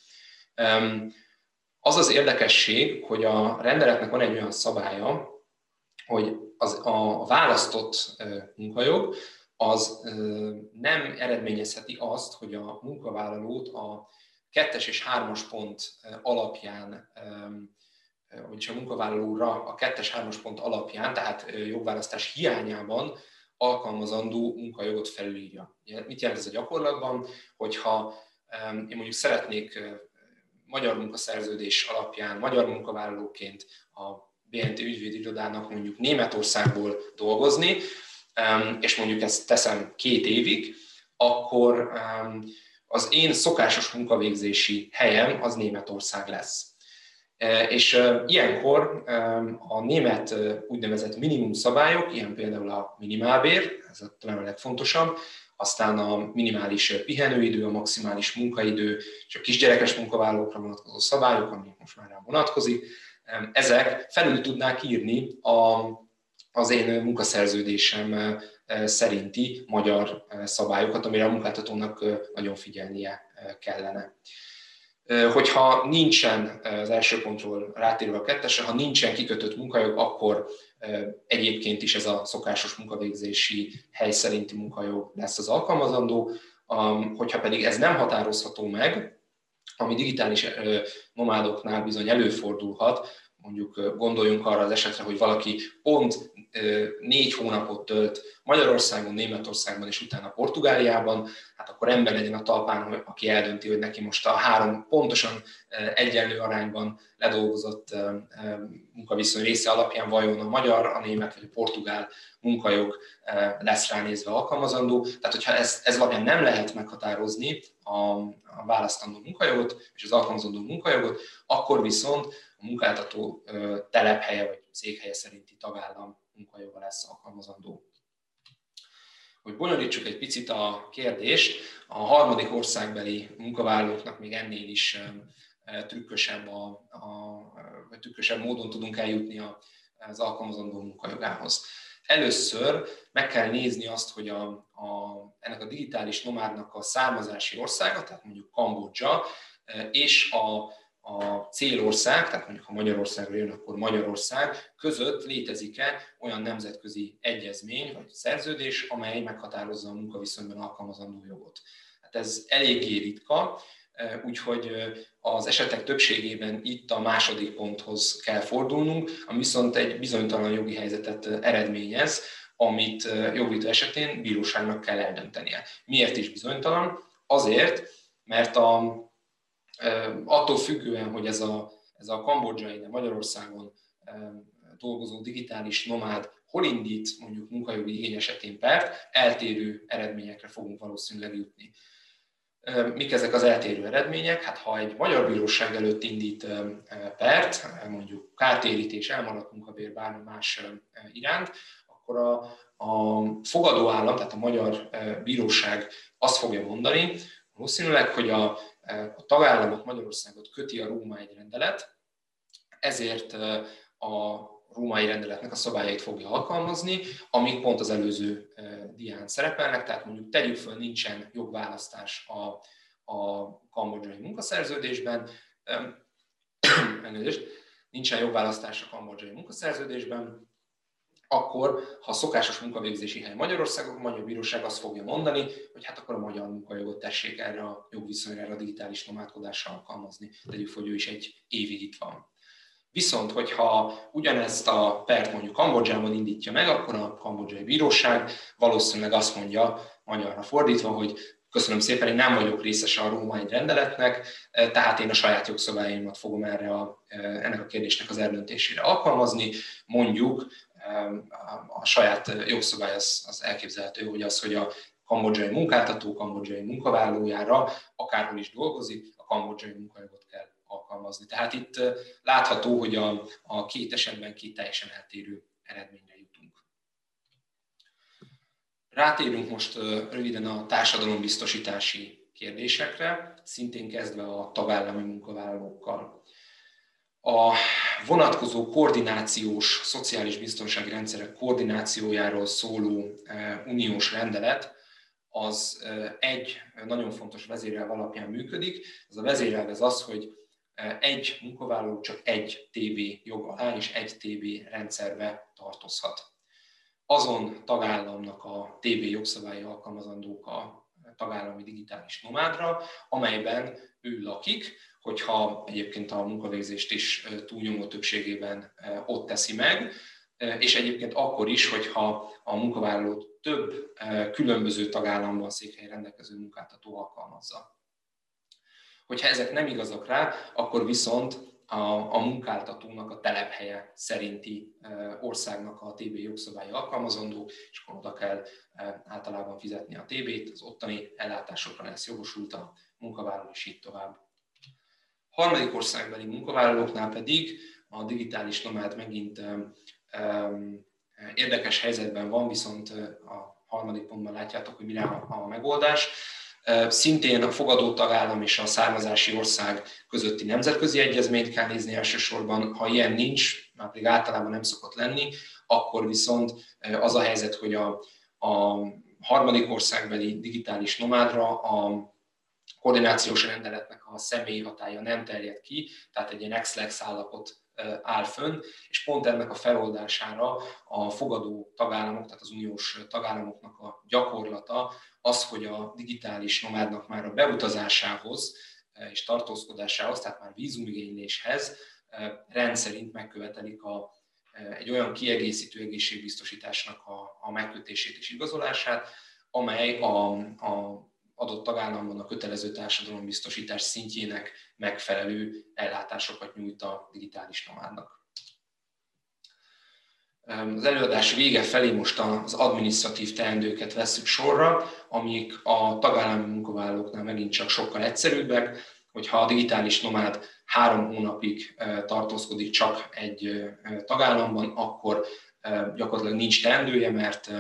Az az érdekesség, hogy a rendeletnek van egy olyan szabálya, hogy a választott munkajog az nem eredményezheti azt, hogy a munkavállalót a 2-es és 3-as pont alapján, vagyis a munkavállalóra a 2-es, 3-as pont alapján, tehát jogválasztás hiányában alkalmazandó munkajogot felülírja. Mit jelent ez a gyakorlatban? Hogyha én mondjuk szeretnék magyar munkaszerződés alapján, magyar munkavállalóként a BNT ügyvédirodának mondjuk Németországból dolgozni, és mondjuk ezt teszem 2 évig, akkor az én szokásos munkavégzési helyem az Németország lesz. És ilyenkor a német úgynevezett minimum szabályok, ilyen például a minimálbér, ez talán a legfontosabb, aztán a minimális pihenőidő, a maximális munkaidő, és a kisgyerekes munkavállalókra vonatkozó szabályok, ami most már rá vonatkozik, ezek felül tudnák írni az én munkaszerződésem szerinti magyar szabályokat, amire a munkáltatónak nagyon figyelnie kellene. Hogyha nincsen az első pontról rátérve a 2-esre, ha nincsen kikötött munkajog, akkor egyébként is ez a szokásos munkavégzési hely szerinti munkajog lesz az alkalmazandó. Hogyha pedig ez nem határozható meg, ami digitális nomádoknál bizony előfordulhat, mondjuk gondoljunk arra az esetre, hogy valaki pont 4 hónapot tölt Magyarországon, Németországban és utána Portugáliában, hát akkor ember legyen a talpán, aki eldönti, hogy neki most a 3 pontosan egyenlő arányban ledolgozott munkaviszony része alapján vajon a magyar, a német vagy a portugál munkajog lesz ránézve alkalmazandó. Tehát, hogyha ez alapján nem lehet meghatározni a választandó munkajogot és az alkalmazandó munkajogot, akkor viszont a munkáltató telephelye vagy székhelye szerinti tagállam munkajoga lesz alkalmazandó. Hogy bonyolítsuk egy picit a kérdést, a harmadik országbeli munkavállalóknak még ennél is trükkösebb módon tudunk eljutni az alkalmazandó munkajogához. Először meg kell nézni azt, hogy ennek a digitális nomádnak a származási országa, tehát mondjuk Kambodzsa, és a célország, tehát mondjuk ha Magyarországra jön, akkor Magyarország között létezik-e olyan nemzetközi egyezmény vagy szerződés, amely meghatározza a munkaviszonyban alkalmazandó jogot. Hát ez eléggé ritka, úgyhogy az esetek többségében itt a második ponthoz kell fordulnunk, ami viszont egy bizonytalan jogi helyzetet eredményez, amit jogvita esetén bíróságnak kell eldöntenie. Miért is bizonytalan? Azért, mert attól függően, hogy ez a kambodzsai, de Magyarországon dolgozó digitális nomád hol indít mondjuk munkajogi igény esetén pert, eltérő eredményekre fogunk valószínűleg jutni. Mik ezek az eltérő eredmények? Hát ha egy magyar bíróság előtt indít pert, mondjuk kártérítés, elmaradt munkabér, bármi más iránt, akkor a fogadó állam, tehát a magyar bíróság azt fogja mondani, valószínűleg, hogy a tagállamot, Magyarországot köti a Róma I rendelet, ezért a Róma I rendeletnek a szabályait fogja alkalmazni, amik pont az előző dián szerepelnek, tehát mondjuk tegyük föl, nincsen jogválasztás a kambodzsai munkaszerződésben, nincsen jogválasztás a kambodzsai munkaszerződésben, akkor, ha a szokásos munkavégzési hely Magyarországon, a magyar bíróság azt fogja mondani, hogy hát akkor a magyar munkajogot tessék erre a jogviszonyra, erre a digitális nomádkodásra alkalmazni. Tegyük, hogy ő is egy évig itt van. Viszont, hogyha ugyanezt a pert mondjuk Kambodzsában indítja meg, akkor a kambodzsai bíróság valószínűleg azt mondja, magyarra fordítva, hogy köszönöm szépen, én nem vagyok részese a Róma I rendeletnek, tehát én a saját jogszabályaimat fogom ennek a kérdésnek az eldöntésére alkalmazni. Mondjuk a saját jogszabály az elképzelhető, hogy a kambodzsai munkáltató, kambodzsai munkavállalójára, akárhol is dolgozik, a kambodzsai munkajogot kell alkalmazni. Tehát itt látható, hogy a két esetben két teljesen eltérő eredményre jutunk. Rátérünk most röviden a társadalombiztosítási kérdésekre, szintén kezdve a tagállami munkavállalókkal. A vonatkozó koordinációs, szociális biztonsági rendszerek koordinációjáról szóló uniós rendelet az egy nagyon fontos vezérelv alapján működik. Ez a vezérelv az, hogy egy munkavállaló csak egy TB jog alá és egy TB rendszerbe tartozhat. Azon tagállamnak a TB jogszabályi alkalmazandók a tagállami digitális nomádra, amelyben ő lakik, hogyha egyébként a munkavégzést is túlnyomó többségében ott teszi meg, és egyébként akkor is, hogyha a munkavállalót több különböző tagállamban székhely rendelkező munkáltató alkalmazza. Hogyha ezek nem igazak rá, akkor viszont a munkáltatónak a telephelye szerinti országnak a TB jogszabályi alkalmazandó, és akkor oda kell általában fizetni a TB-t, az ottani ellátásokra lesz jogosult a munkavállaló, és így tovább. Harmadik országbeli munkavállalóknál pedig a digitális nomád megint érdekes helyzetben van, viszont a harmadik pontban látjátok, hogy mire a megoldás. Szintén a fogadó tagállam és a származási ország közötti nemzetközi egyezményt kell nézni elsősorban. Ha ilyen nincs, már pedig általában nem szokott lenni, akkor viszont az a helyzet, hogy a harmadik országbeli digitális nomádra a koordinációs rendeletnek a személyi hatálya nem terjed ki, tehát egy ilyen ex-lex állapot áll fönn, és pont ennek a feloldására a fogadó tagállamok, tehát az uniós tagállamoknak a gyakorlata az, hogy a digitális nomádnak már a beutazásához és tartózkodásához, tehát már vízumigényléshez rendszerint megkövetelik egy olyan kiegészítő egészségbiztosításnak a megkötését és igazolását, amely a adott tagállamban a kötelező társadalombiztosítás szintjének megfelelő ellátásokat nyújt a digitális nomádnak. Az előadás vége felé most az adminisztratív teendőket vesszük sorra, amik a tagállami munkavállalóknál megint csak sokkal egyszerűbbek, hogyha a digitális nomád 3 hónapig tartózkodik csak egy tagállamban, akkor gyakorlatilag nincs teendője, mert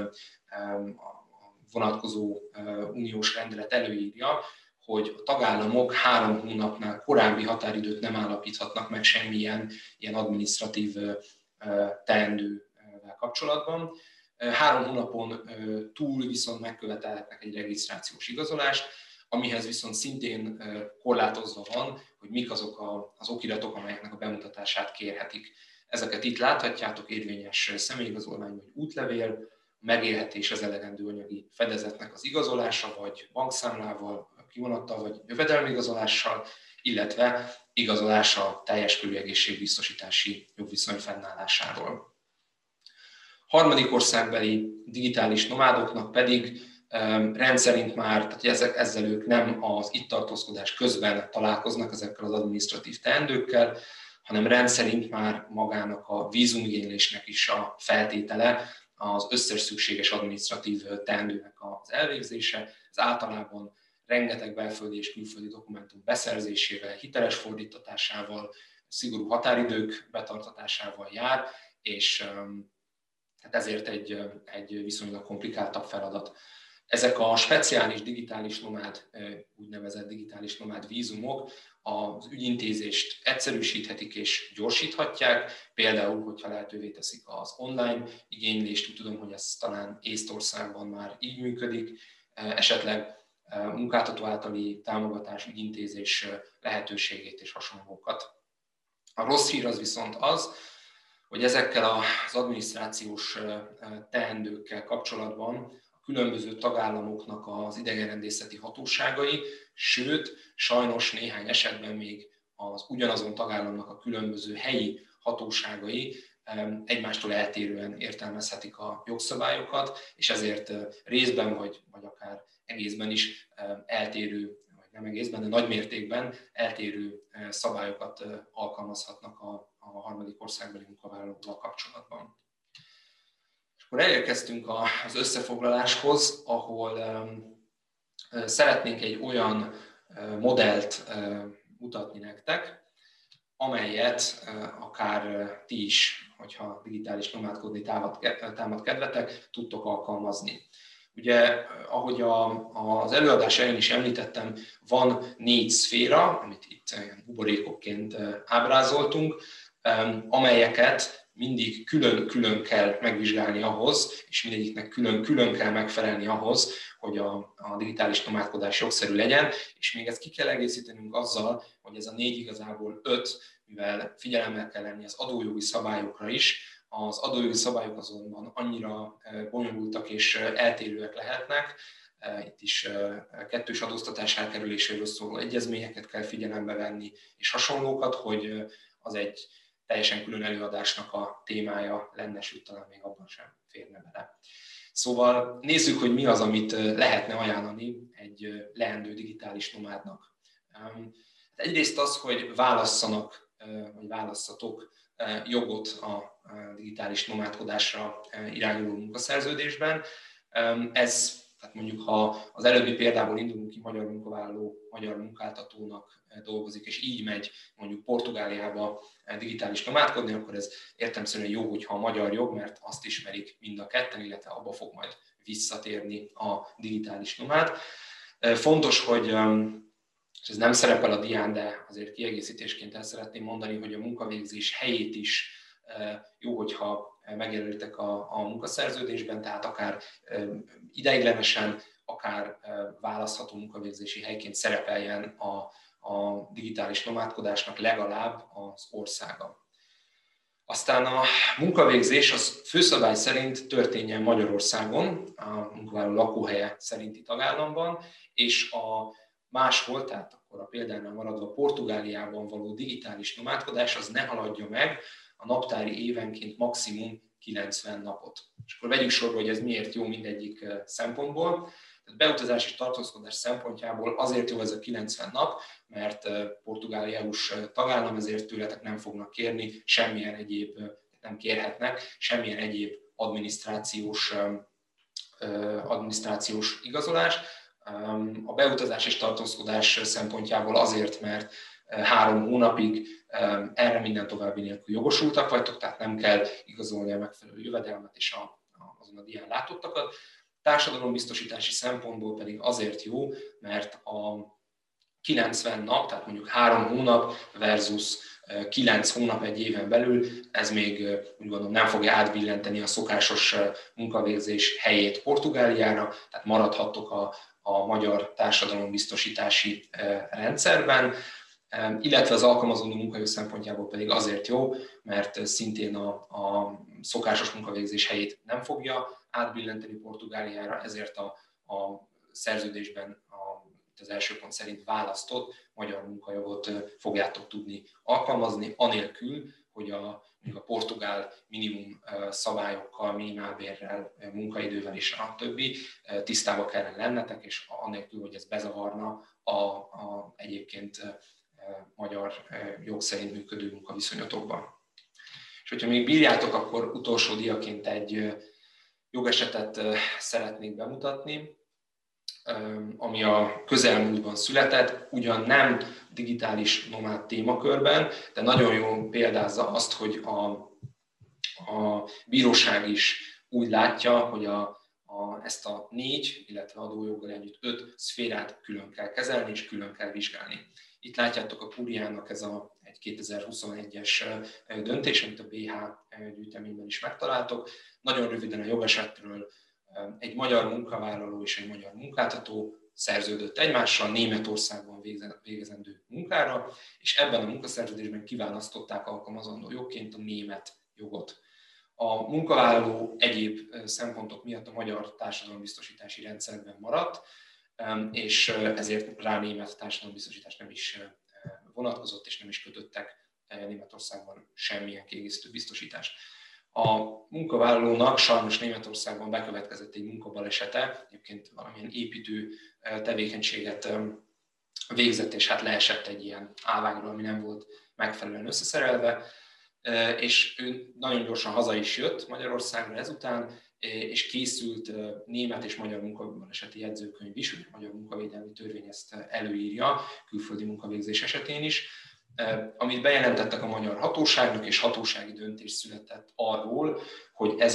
vonatkozó uniós rendelet előírja, hogy a tagállamok 3 hónapnál korábbi határidőt nem állapíthatnak meg semmilyen ilyen adminisztratív teendővel kapcsolatban. 3 hónapon túl viszont megkövetelhetnek egy regisztrációs igazolást, amihez viszont szintén korlátozva van, hogy mik azok az okiratok, amelyeknek a bemutatását kérhetik. Ezeket itt láthatjátok, érvényes személyigazolvány vagy útlevél, megélhetés az elegendő anyagi fedezetnek az igazolása, vagy bankszámlával, kivonattal, vagy jövedelmigazolással, illetve igazolása a teljes körű egészségbiztosítási jogviszony fennállásáról. Harmadik országbeli digitális nomádoknak pedig rendszerint már, tehát ezzel ők nem az itt tartózkodás közben találkoznak ezekkel az adminisztratív teendőkkel, hanem rendszerint már magának a vízumigénylésnek is a feltétele az összes szükséges adminisztratív teendőnek az elvégzése. Ez általában rengeteg belföldi és külföldi dokumentum beszerzésével, hiteles fordítatásával, szigorú határidők betartatásával jár, és hát ezért egy viszonylag komplikáltabb feladat. Ezek a speciális digitális nomád, úgynevezett digitális nomád vízumok az ügyintézést egyszerűsíthetik és gyorsíthatják, például, hogyha lehetővé teszik az online igénylést, úgy tudom, hogy ez talán Észtországban már így működik, esetleg munkáltató általi támogatás, ügyintézés lehetőségét és hasonlókat. A rossz hír az viszont az, hogy ezekkel az adminisztrációs teendőkkel kapcsolatban különböző tagállamoknak az idegenrendészeti hatóságai, sőt, sajnos néhány esetben még az ugyanazon tagállamnak a különböző helyi hatóságai egymástól eltérően értelmezhetik a jogszabályokat, és ezért részben vagy akár egészben is eltérő, vagy nem egészben, de nagy mértékben eltérő szabályokat alkalmazhatnak a harmadik országbeli munkavállalókkal kapcsolatban. És Akkor elérkeztünk az összefoglaláshoz, ahol szeretnénk egy olyan modellt mutatni nektek, amelyet akár ti is, hogyha digitális nomádkodni támad kedvetek, tudtok alkalmazni. Ugye, ahogy az előadás elején is említettem, van 4 szféra, amit itt buborékokként ábrázoltunk, amelyeket mindig külön-külön kell megvizsgálni ahhoz, és mindegyiknek külön-külön kell megfelelni ahhoz, hogy a digitális nomádkodás jogszerű legyen, és még ezt ki kell egészítenünk azzal, hogy ez a 4 igazából 5, mivel figyelemmel kell lenni az adójogi szabályokra is. Az adójogi szabályok azonban annyira bonyolultak és eltérőek lehetnek, itt is kettős adóztatás elkerüléséről szóló egyezményeket kell figyelembe venni, és hasonlókat, hogy az egy teljesen külön előadásnak a témája lenne, sőt, talán még abban sem férne bele. Szóval nézzük, hogy mi az, amit lehetne ajánlani egy leendő digitális nomádnak. Egyrészt az, hogy válasszanak, vagy válasszatok jogot a digitális nomádkodásra irányuló munkaszerződésben. Ez, tehát mondjuk, ha az előbbi példából indulunk ki, magyar munkavállaló, magyar munkáltatónak dolgozik, és így megy mondjuk Portugáliába digitális nomádkodni, akkor ez értelemszerűen jó, hogyha a magyar jog, mert azt ismerik mind a ketten, illetve abba fog majd visszatérni a digitális nomád. Fontos, hogy, és ez nem szerepel a dián, de azért kiegészítésként el szeretném mondani, hogy a munkavégzés helyét is jó, hogyha megjelölitek a munkaszerződésben, tehát akár ideiglenesen, akár választható munkavégzési helyként szerepeljen a digitális nomádkodásnak legalább az országa. Aztán a munkavégzés az főszabály szerint történjen Magyarországon, a munkavállaló lakóhelye szerinti tagállamban, és a máshol, tehát akkor a példánál maradva Portugáliában való digitális nomádkodás az ne haladja meg a naptári évenként maximum 90 napot. És akkor vegyük sorba, hogy ez miért jó mindegyik szempontból. Tehát beutazás és tartózkodás szempontjából azért jó ez a 90 nap, mert Portugália EU-s tagállam, ezért tőletek nem fognak kérni semmilyen egyéb, nem kérhetnek semmilyen egyéb adminisztrációs igazolást. A beutazás és tartózkodás szempontjából azért, mert 3 hónapig erre minden további nélkül jogosultak vagytok, tehát nem kell igazolni a megfelelő jövedelmet és azon a dián látottakat. Társadalombiztosítási szempontból pedig azért jó, mert a 90 nap, tehát mondjuk 3 hónap versus 9 hónap egy éven belül, ez még úgy gondolom nem fogja átbillenteni a szokásos munkavégzés helyét Portugáliára, tehát maradhattok a magyar társadalombiztosítási rendszerben, illetve az alkalmazandó munkajog szempontjából pedig azért jó, mert szintén a szokásos munkavégzés helyét nem fogja átbillenteni Portugáliára, ezért a szerződésben az első pont szerint választott magyar munkajogot fogjátok tudni alkalmazni, anélkül, hogy a portugál minimum szabályokkal, minimálbérrel, munkaidővel és a többi tisztába kellene lennetek, és anélkül, hogy ez bezavarna a egyébként magyar jog szerint működő munkaviszonyatokban. És hogyha még bírjátok, akkor utolsó diaként egy jogesetet szeretnék bemutatni, ami a közelmúltban született, ugyan nem digitális nomád témakörben, de nagyon jól példázza azt, hogy a bíróság is úgy látja, hogy ezt a 4, illetve adójoggal együtt 5 szférát külön kell kezelni és külön kell vizsgálni. Itt látjátok a Kuriának ez egy 2021-es döntés, amit a BH gyűjteményben is megtaláltok. Nagyon röviden a jogesetről: egy magyar munkavállaló és egy magyar munkáltató szerződött egymással Németországban végezendő munkára, és ebben a munkaszerződésben kiválasztották alkalmazandó jogként a német jogot. A munkavállaló egyéb szempontok miatt a magyar társadalombiztosítási rendszerben maradt, és ezért rá német társadalombiztosítás nem is vonatkozott, és nem is kötöttek Németországban semmilyen kiegészítő biztosítást. A munkavállalónak sajnos Németországban bekövetkezett egy munkabalesete, egyébként valamilyen építő tevékenységet végzett, és hát leesett egy ilyen állványról, ami nem volt megfelelően összeszerelve, és ő nagyon gyorsan haza is jött Magyarországra ezután, és készült német és magyar munkabaleseti jegyzőkönyv is, ugye a Magyar Munkavédelmi Törvény ezt előírja, külföldi munkavégzés esetén is, amit bejelentettek a magyar hatóságnak, és hatósági döntés született arról, hogy ez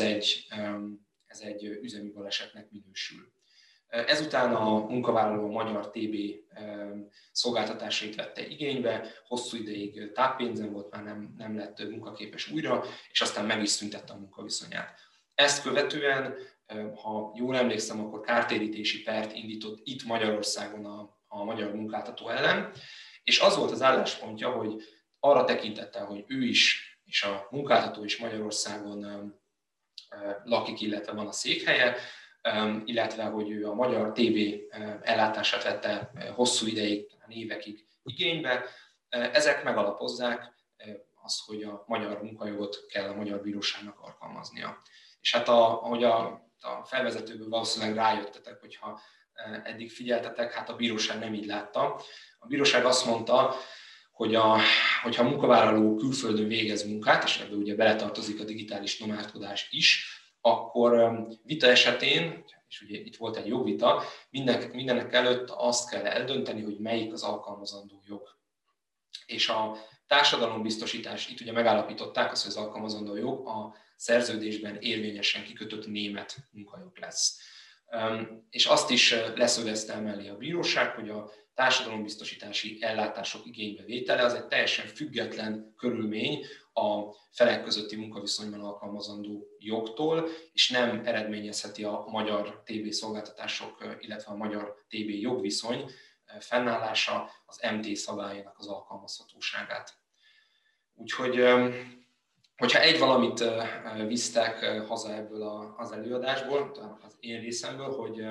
egy üzemi balesetnek minősül. Ezután a munkavállaló a magyar TB szolgáltatásait vette igénybe, hosszú ideig táppénzen volt, már nem lett munkaképes újra, és aztán meg is szüntette a munkaviszonyát. Ezt követően, ha jól emlékszem, akkor kártérítési pert indított itt Magyarországon a magyar munkáltató ellen, és az volt az álláspontja, hogy arra tekintettel, hogy ő is, és a munkáltató is Magyarországon lakik, illetve van a székhelye, illetve hogy ő a magyar TB ellátását vette hosszú ideig, évekig igénybe, ezek megalapozzák azt, hogy a magyar munkajogot kell a magyar bíróságnak alkalmaznia. És hát ahogy a felvezetőből valószínűleg rájöttetek, hogyha eddig figyeltetek, hát a bíróság nem így látta. A bíróság azt mondta, hogyha a munkavállaló külföldön végez munkát, és ebbe ugye beletartozik a digitális nomádkodás is, akkor vita esetén, és ugye itt volt egy jogvita, mindenek előtt azt kell eldönteni, hogy melyik az alkalmazandó jog. És a társadalombiztosítás, itt ugye megállapították azt, hogy az alkalmazandó jog a szerződésben érvényesen kikötött német munkajog lesz. És azt is leszögezte mellé a bíróság, hogy a társadalombiztosítási ellátások igénybevétele az egy teljesen független körülmény a felek közötti munkaviszonyban alkalmazandó jogtól, és nem eredményezheti a magyar TB szolgáltatások, illetve a magyar TB jogviszony fennállása az MT szabályának az alkalmazhatóságát. Úgyhogy, hogyha egy valamit visztek haza ebből az előadásból, az én részemből, hogy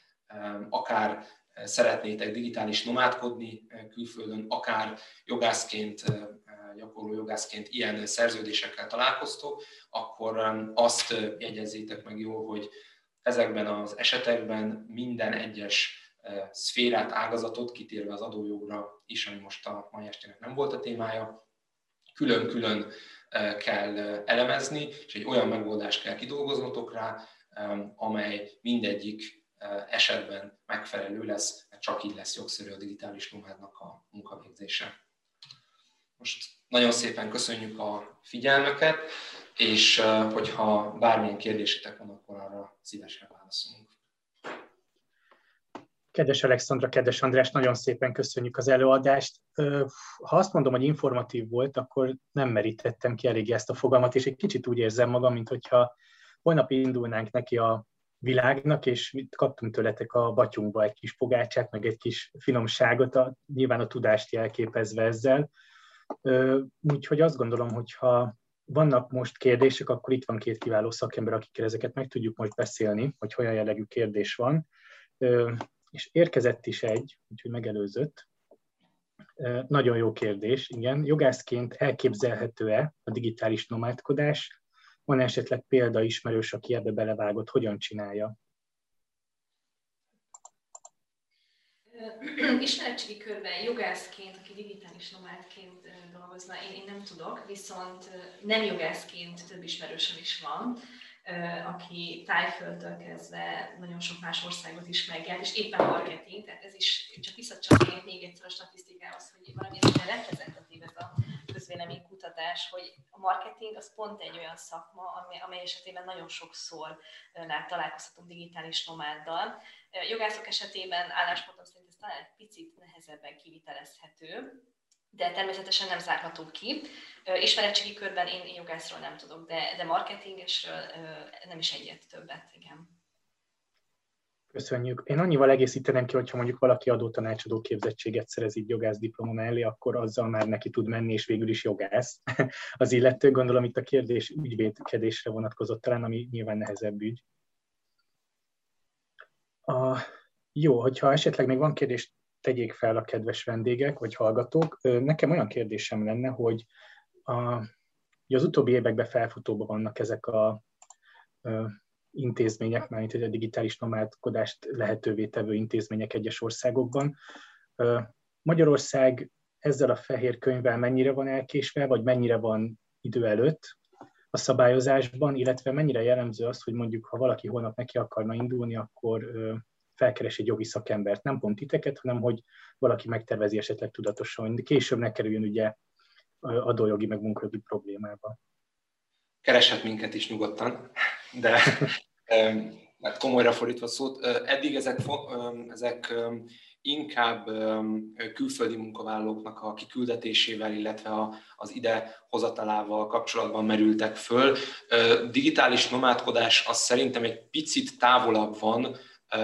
akár szeretnétek digitális nomádkodni külföldön, akár jogászként, gyakorló jogászként ilyen szerződésekkel találkoztok, akkor azt jegyezzétek meg jól, hogy ezekben az esetekben minden egyes szférát, ágazatot, kitérve az adójogra is, ami most a mai estének nem volt a témája, külön-külön kell elemezni, és egy olyan megoldást kell kidolgoznotok rá, amely mindegyik esetben megfelelő lesz, mert csak így lesz jogszerű a digitális nomádnak a munkavégzése. Most nagyon szépen köszönjük a figyelmeket, és hogyha bármilyen kérdésetek van, akkor arra szívesen válaszolunk. Kedves Alexandra, kedves András, nagyon szépen köszönjük az előadást. Ha azt mondom, hogy informatív volt, akkor nem merítettem ki eléggé ezt a fogalmat, és egy kicsit úgy érzem magam, mintha holnap indulnánk neki a világnak, és kaptunk tőletek a batyunkba egy kis pogácsát, meg egy kis finomságot, nyilván a tudást jelképezve ezzel. Úgyhogy azt gondolom, hogy ha vannak most kérdések, akkor itt van két kiváló szakember, akikkel ezeket meg tudjuk most beszélni, hogy olyan jellegű kérdés van. És érkezett is egy, úgyhogy megelőzött. Nagyon jó kérdés, igen. Jogászként elképzelhető-e a digitális nomádkodás? Van esetleg példa ismerős, aki ebbe belevágott, hogyan csinálja? Ismeretségi körben jogászként, aki digitális nomádként dolgozna, én nem tudok, viszont nem jogászként több ismerősöm is van, aki Tájföldtől kezdve nagyon sok más országot is megjárt, és éppen marketing, tehát ez is csak visszacsatolnék még egyszer a statisztikához, hogy valamilyen reprezentatív ez a közvéleménykutatás, hogy a marketing az pont egy olyan szakma, amely esetében nagyon sokszor találkozhatunk digitális nomáddal. Jogászok esetében álláspontom szerint ez talán egy picit nehezebben kivitelezhető, de természetesen nem zárható ki. Ismeretségi körben én jogászról nem tudok, de marketingesről nem is egyet többet, igen. Köszönjük. Én annyival egészítenem ki, hogyha mondjuk valaki adótanácsadó képzettséget szerez így jogász diploma mellé, akkor azzal már neki tud menni, és végül is jogász. Az illető, gondolom itt a kérdés ügyvédkedésre vonatkozott talán, ami nyilván nehezebb ügy. Jó, hogyha esetleg még van kérdés, tegyék fel a kedves vendégek, vagy hallgatók. Nekem olyan kérdésem lenne, hogy az utóbbi években felfutóban vannak ezek a intézmények, mármint a digitális nomádkodást lehetővé tevő intézmények egyes országokban. Magyarország ezzel a fehér könyvvel mennyire van elkésve, vagy mennyire van idő előtt, a szabályozásban, illetve mennyire jellemző az, hogy mondjuk, ha valaki holnap neki akarna indulni, akkor felkeres egy jogi szakembert, nem pont titeket, hanem hogy valaki megtervezi esetleg tudatosan, hogy később ne kerüljön ugye adójogi meg munkajogi problémába. Kereshet minket is nyugodtan, de hát komolyra fordítva szót, eddig ezek inkább külföldi munkavállalóknak a kiküldetésével, illetve az ide hozatalával kapcsolatban merültek föl. Digitális nomádkodás az szerintem egy picit távolabb van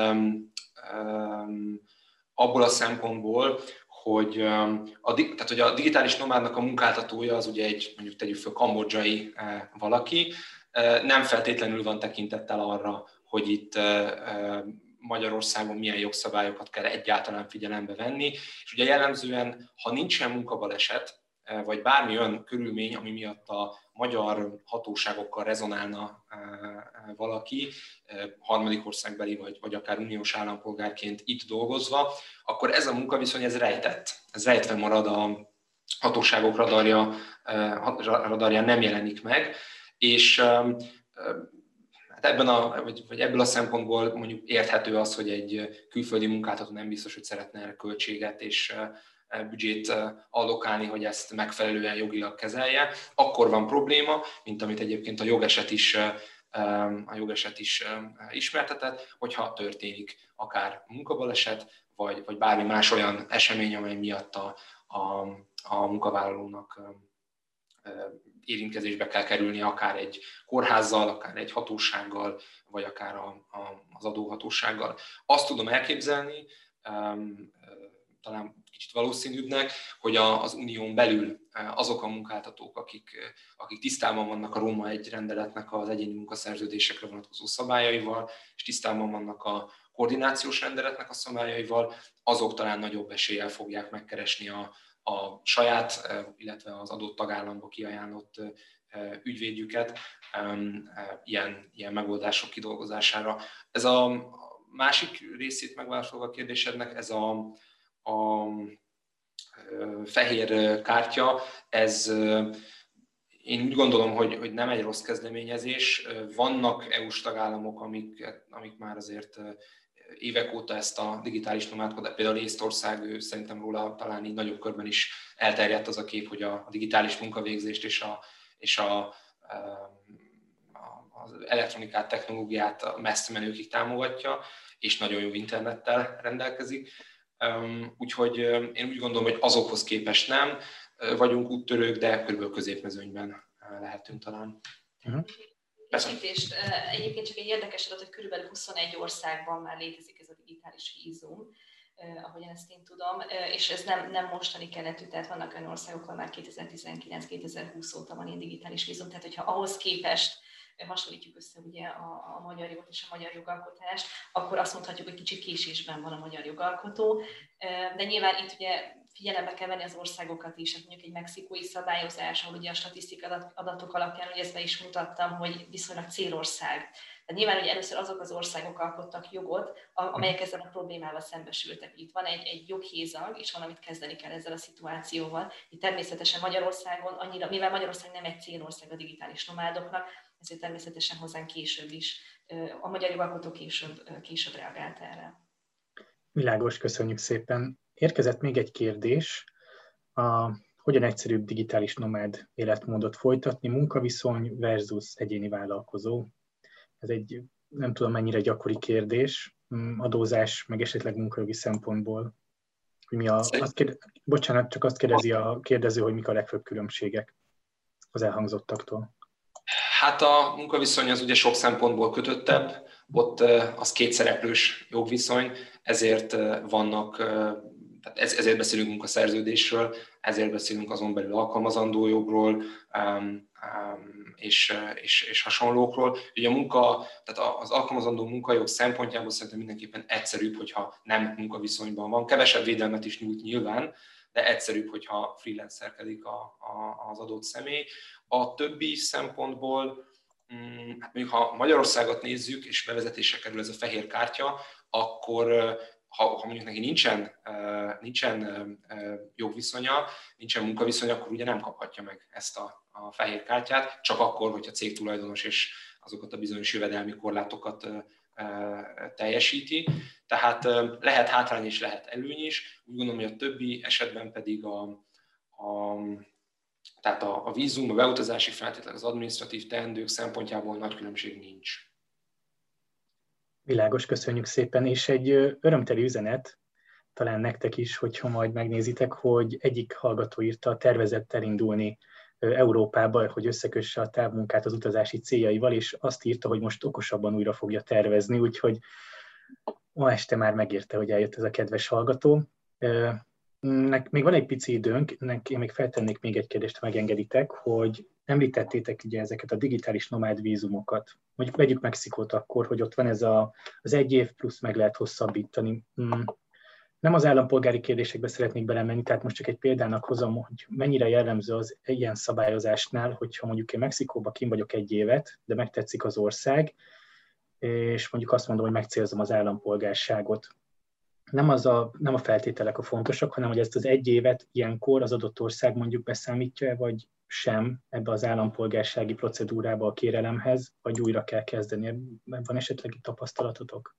abból a szempontból, hogy a digitális nomádnak a munkáltatója az ugye mondjuk tegyük föl kambodzsai valaki, nem feltétlenül van tekintettel arra, hogy itt Magyarországon milyen jogszabályokat kell egyáltalán figyelembe venni, és ugye jellemzően, ha nincsen munkabaleset, vagy bármi olyan körülmény, ami miatt a magyar hatóságokkal rezonálna valaki, harmadik országbeli vagy akár uniós állampolgárként itt dolgozva, akkor ez a munkaviszony ez rejtett. Ez rejtve marad, a hatóságok radarján nem jelenik meg, és ebből a szempontból mondjuk érthető az, hogy egy külföldi munkáltató nem biztos, hogy szeretne erre költséget és büdzsét allokálni, hogy ezt megfelelően jogilag kezelje. Akkor van probléma, mint amit egyébként a jogeset is ismertetett, hogyha történik akár munkabaleset, vagy bármi más olyan esemény, amely miatt a munkavállalónak érintkezésbe kell kerülni akár egy kórházzal, akár egy hatósággal, vagy akár az adóhatósággal. Azt tudom elképzelni, talán kicsit valószínűbbnek, hogy az unión belül azok a munkáltatók, akik tisztában vannak a Róma 1 rendeletnek az egyéni munkaszerződésekre vonatkozó szabályaival, és tisztában vannak a koordinációs rendeletnek a szabályaival, azok talán nagyobb eséllyel fogják megkeresni a saját, illetve az adott tagállamba kiajánlott ügyvédjüket ilyen megoldások kidolgozására. Ez a másik részét megválaszolva a kérdésednek, ez a fehér kártya, ez én úgy gondolom, hogy nem egy rossz kezdeményezés. Vannak EU-s tagállamok, amik már azért évek óta ezt a digitális nomádkodást, például Észtország, szerintem róla talán így nagyobb körben is elterjedt az a kép, hogy a digitális munkavégzést és az elektronikát, technológiát messze menőkig támogatja, és nagyon jó internettel rendelkezik. Úgyhogy én úgy gondolom, hogy azokhoz képest nem vagyunk úttörők, de körülbelül középmezőnyben lehetünk talán. És egyébként csak egy érdekes adat, hogy körülbelül 21 országban már létezik ez a digitális vízum, ahogyan ezt én tudom, és ez nem mostani keletű, tehát vannak olyan országok, ahol már 2019-2020 óta van ilyen digitális vízum, tehát hogyha ahhoz képest hasonlítjuk össze ugye a magyar jogot és a magyar jogalkotást, akkor azt mondhatjuk, hogy kicsit késésben van a magyar jogalkotó, de nyilván itt ugye figyelembe kell venni az országokat is, mondjuk egy mexikói szabályozás, ahol ugye a statisztikai adatok alapján, ugye ezt be is mutattam, hogy viszonylag célország. Tehát nyilván ugye először azok az országok alkottak jogot, amelyek ezzel a problémával szembesültek. Itt van egy joghézag, és valamit kezdeni kell ezzel a szituációval. Itt természetesen Magyarországon annyira, mivel Magyarország nem egy célország a digitális nomádoknak, ezért természetesen hozzánk később is, a magyar jogalkotó később reagált erre. Világos, köszönjük szépen. Érkezett még egy kérdés, hogyan egyszerűbb digitális nomád életmódot folytatni, munkaviszony versus egyéni vállalkozó. Ez egy nem tudom mennyire gyakori kérdés, adózás, meg esetleg munkajogi szempontból. Hogy bocsánat, csak azt kérdezi a kérdező, hogy mik a legfőbb különbségek az elhangzottaktól. Hát a munkaviszony az ugye sok szempontból kötöttebb, ott az kétszereplős jogviszony, ezért ezért beszélünk munkaszerződésről, ezért beszélünk azon belül alkalmazandó jogról, és hasonlókról. Ugye tehát az alkalmazandó munkajog szempontjából szerintem mindenképpen egyszerűbb, hogyha nem munkaviszonyban van. Kevesebb védelmet is nyújt nyilván, de egyszerűbb, hogyha freelancerkedik az adott személy. A többi szempontból, hát mondjuk ha Magyarországot nézzük, és bevezetésre kerül ez a fehér kártya, akkor ha mondjuk neki nincsen jogviszonya, nincsen munkaviszonya, akkor ugye nem kaphatja meg ezt a fehér kártyát, csak akkor, hogyha cégtulajdonos és azokat a bizonyos jövedelmi korlátokat teljesíti. Tehát lehet hátrány és lehet előny is. Úgy gondolom, hogy a többi esetben pedig tehát a vízum, a beutazási feltételek, az adminisztratív teendők szempontjából nagy különbség nincs. Világos, köszönjük szépen, és egy örömteli üzenet, talán nektek is, hogyha majd megnézitek, hogy egyik hallgató írta, tervezett elindulni Európába, hogy összekösse a távmunkát az utazási céljaival, és azt írta, hogy most okosabban újra fogja tervezni, úgyhogy ma este már megérte, hogy eljött ez a kedves hallgató. Még van egy pici időnk, én még feltennék még egy kérdést, ha megengeditek, hogy említettétek ugye ezeket a digitális nomád vízumokat. Mondjuk vegyük Mexikót akkor, hogy ott van ez az 1 év plusz meg lehet hosszabbítani. Nem az állampolgári kérdésekbe szeretnék belemenni, tehát most csak egy példának hozom, hogy mennyire jellemző az ilyen szabályozásnál, hogyha mondjuk én Mexikóba kint vagyok 1 évet, de megtetszik az ország, és mondjuk azt mondom, hogy megcélzom az állampolgárságot. Nem a feltételek a fontosak, hanem hogy ezt az 1 évet ilyenkor az adott ország mondjuk beszámítja, vagy sem ebbe az állampolgársági procedúrába a kérelemhez, vagy újra kell kezdeni. Van esetleg itt tapasztalatotok?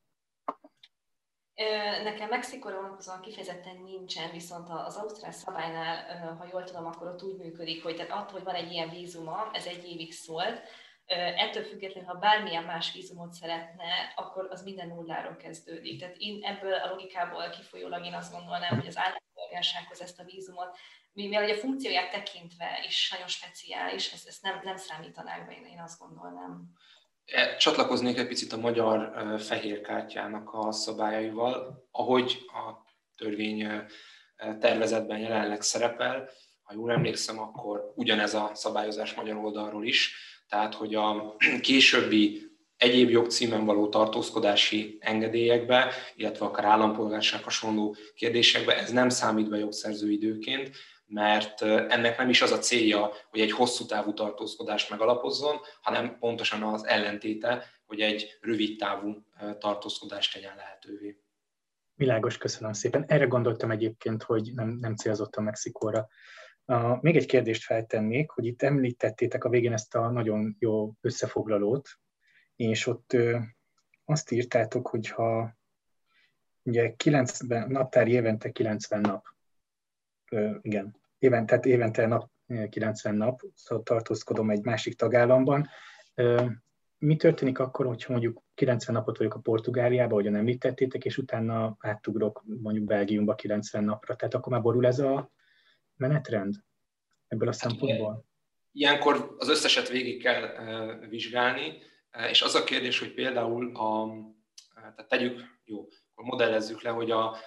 Nekem Mexikóra vonatkozóan kifejezetten nincsen, viszont az ausztrál szabálynál, ha jól tudom, akkor ott úgy működik, hogy tehát attól, hogy van egy ilyen vízuma, ez 1 évig szólt, ettől függetlenül, ha bármilyen más vízumot szeretne, akkor az minden nulláról kezdődik. Tehát én ebből a logikából kifolyólag én azt gondolnám, hogy az állampolgársághoz ezt a vízumot, mivel a funkcióját tekintve is nagyon speciális, ezt nem számítanák be, én azt gondolnám. Csatlakoznék egy picit a magyar fehér kártyának a szabályaival, ahogy a törvény tervezetben jelenleg szerepel. Ha jól emlékszem, akkor ugyanez a szabályozás magyar oldalról is, tehát hogy a későbbi egyéb jogcímen való tartózkodási engedélyekbe, illetve akár állampolgárság hasonló kérdésekbe ez nem számít be jogszerző időként, mert ennek nem is az a célja, hogy egy hosszú távú tartózkodást megalapozzon, hanem pontosan az ellentéte, hogy egy rövid távú tartózkodást tegyen lehetővé. Világos, köszönöm szépen. Erre gondoltam egyébként, hogy nem célzottam Mexikóra. Még egy kérdést feltennék, hogy itt említettétek a végén ezt a nagyon jó összefoglalót, és ott azt írtátok, hogy ha ugye naptári évente 90 nap, igen, tehát évente 90 nap, szóval tartózkodom egy másik tagállamban. Mi történik akkor, hogyha mondjuk 90 napot vagyok a Portugáliában, ahogyan említettétek, és utána átugrok mondjuk Belgiumba 90 napra, tehát akkor már borul ez a menetrend ebből a szempontból? Ilyenkor az összeset végig kell vizsgálni, és az a kérdés, hogy például tehát akkor modellezzük le, hogy a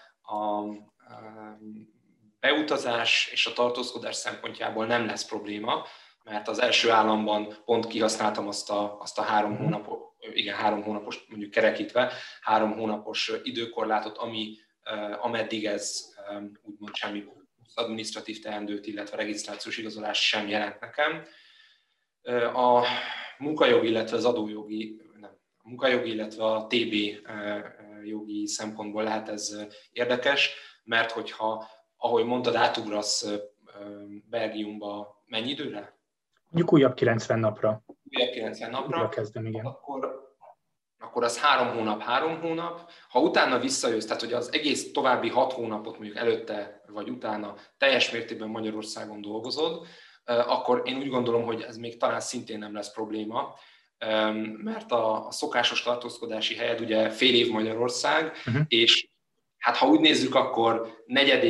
beutazás és a tartózkodás szempontjából nem lesz probléma, mert az első államban pont kihasználtam azt a 3 hónapos, mondjuk kerekítve, 3 hónapos időkorlátot, ameddig ez úgymond semmi adminisztratív teendőt, illetve regisztrációs igazolás sem jelent nekem. A munkajogi, illetve az adójogi, a munkajogi, illetve a TB jogi szempontból lehet ez érdekes, mert hogyha, ahogy mondtad, átugrasz Belgiumba mennyi időre? Mondjuk újabb 90 napra. Újabb 90 napra, kezdem, igen. Akkor az 3 hónap. Ha utána visszajössz, tehát hogy az egész további 6 hónapot mondjuk előtte vagy utána teljes mértékben Magyarországon dolgozod, akkor én úgy gondolom, hogy ez még talán szintén nem lesz probléma, mert a szokásos tartózkodási helyed ugye fél év Magyarország, és hát ha úgy nézzük, akkor negyed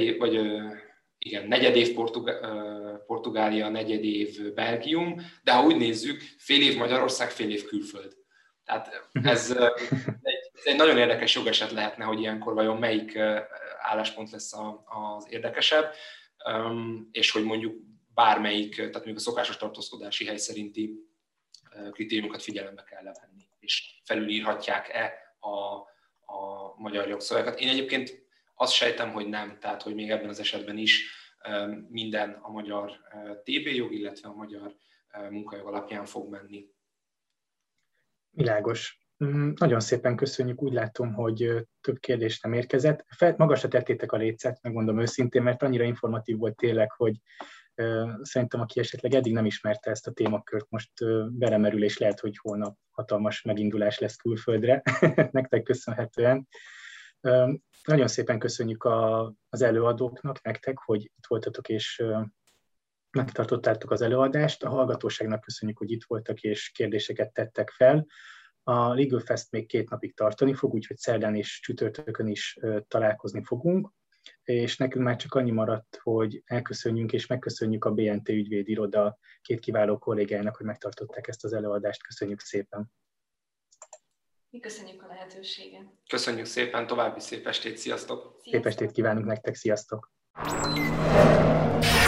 év Portugália, negyed év Belgium, de ha úgy nézzük, fél év Magyarország, fél év külföld. Tehát ez egy nagyon érdekes jogeset lehetne, hogy ilyenkor vajon melyik álláspont lesz az érdekesebb, és hogy mondjuk bármelyik, tehát mondjuk a szokásos tartózkodási hely szerinti kritériumokat figyelembe kell venni, és felülírhatják-e a magyar jogszabályokat. Én egyébként azt sejtem, hogy nem, tehát hogy még ebben az esetben is minden a magyar TB jog, illetve a magyar munkajog alapján fog menni. Világos. Nagyon szépen köszönjük, úgy látom, hogy több kérdés nem érkezett. Magasra tettétek a lécet, megmondom őszintén, mert annyira informatív volt tényleg, hogy szerintem aki esetleg eddig nem ismerte ezt a témakört, most belemerül, és lehet, hogy holnap hatalmas megindulás lesz külföldre, nektek köszönhetően. Nagyon szépen köszönjük az előadóknak, nektek, hogy itt voltatok, és megtartottátok az előadást. A hallgatóságnak köszönjük, hogy itt voltak, és kérdéseket tettek fel. A Legal Fest még 2 napig tartani fog, úgyhogy szerdán és csütörtökön is találkozni fogunk, és nekünk már csak annyi maradt, hogy elköszönjünk, és megköszönjük a BNT ügyvédiroda 2 kiváló kollégájának, hogy megtartották ezt az előadást. Köszönjük szépen! Mi köszönjük a lehetőséget! Köszönjük szépen, további szép estét, sziasztok! Szép estét kívánunk nektek, sziasztok!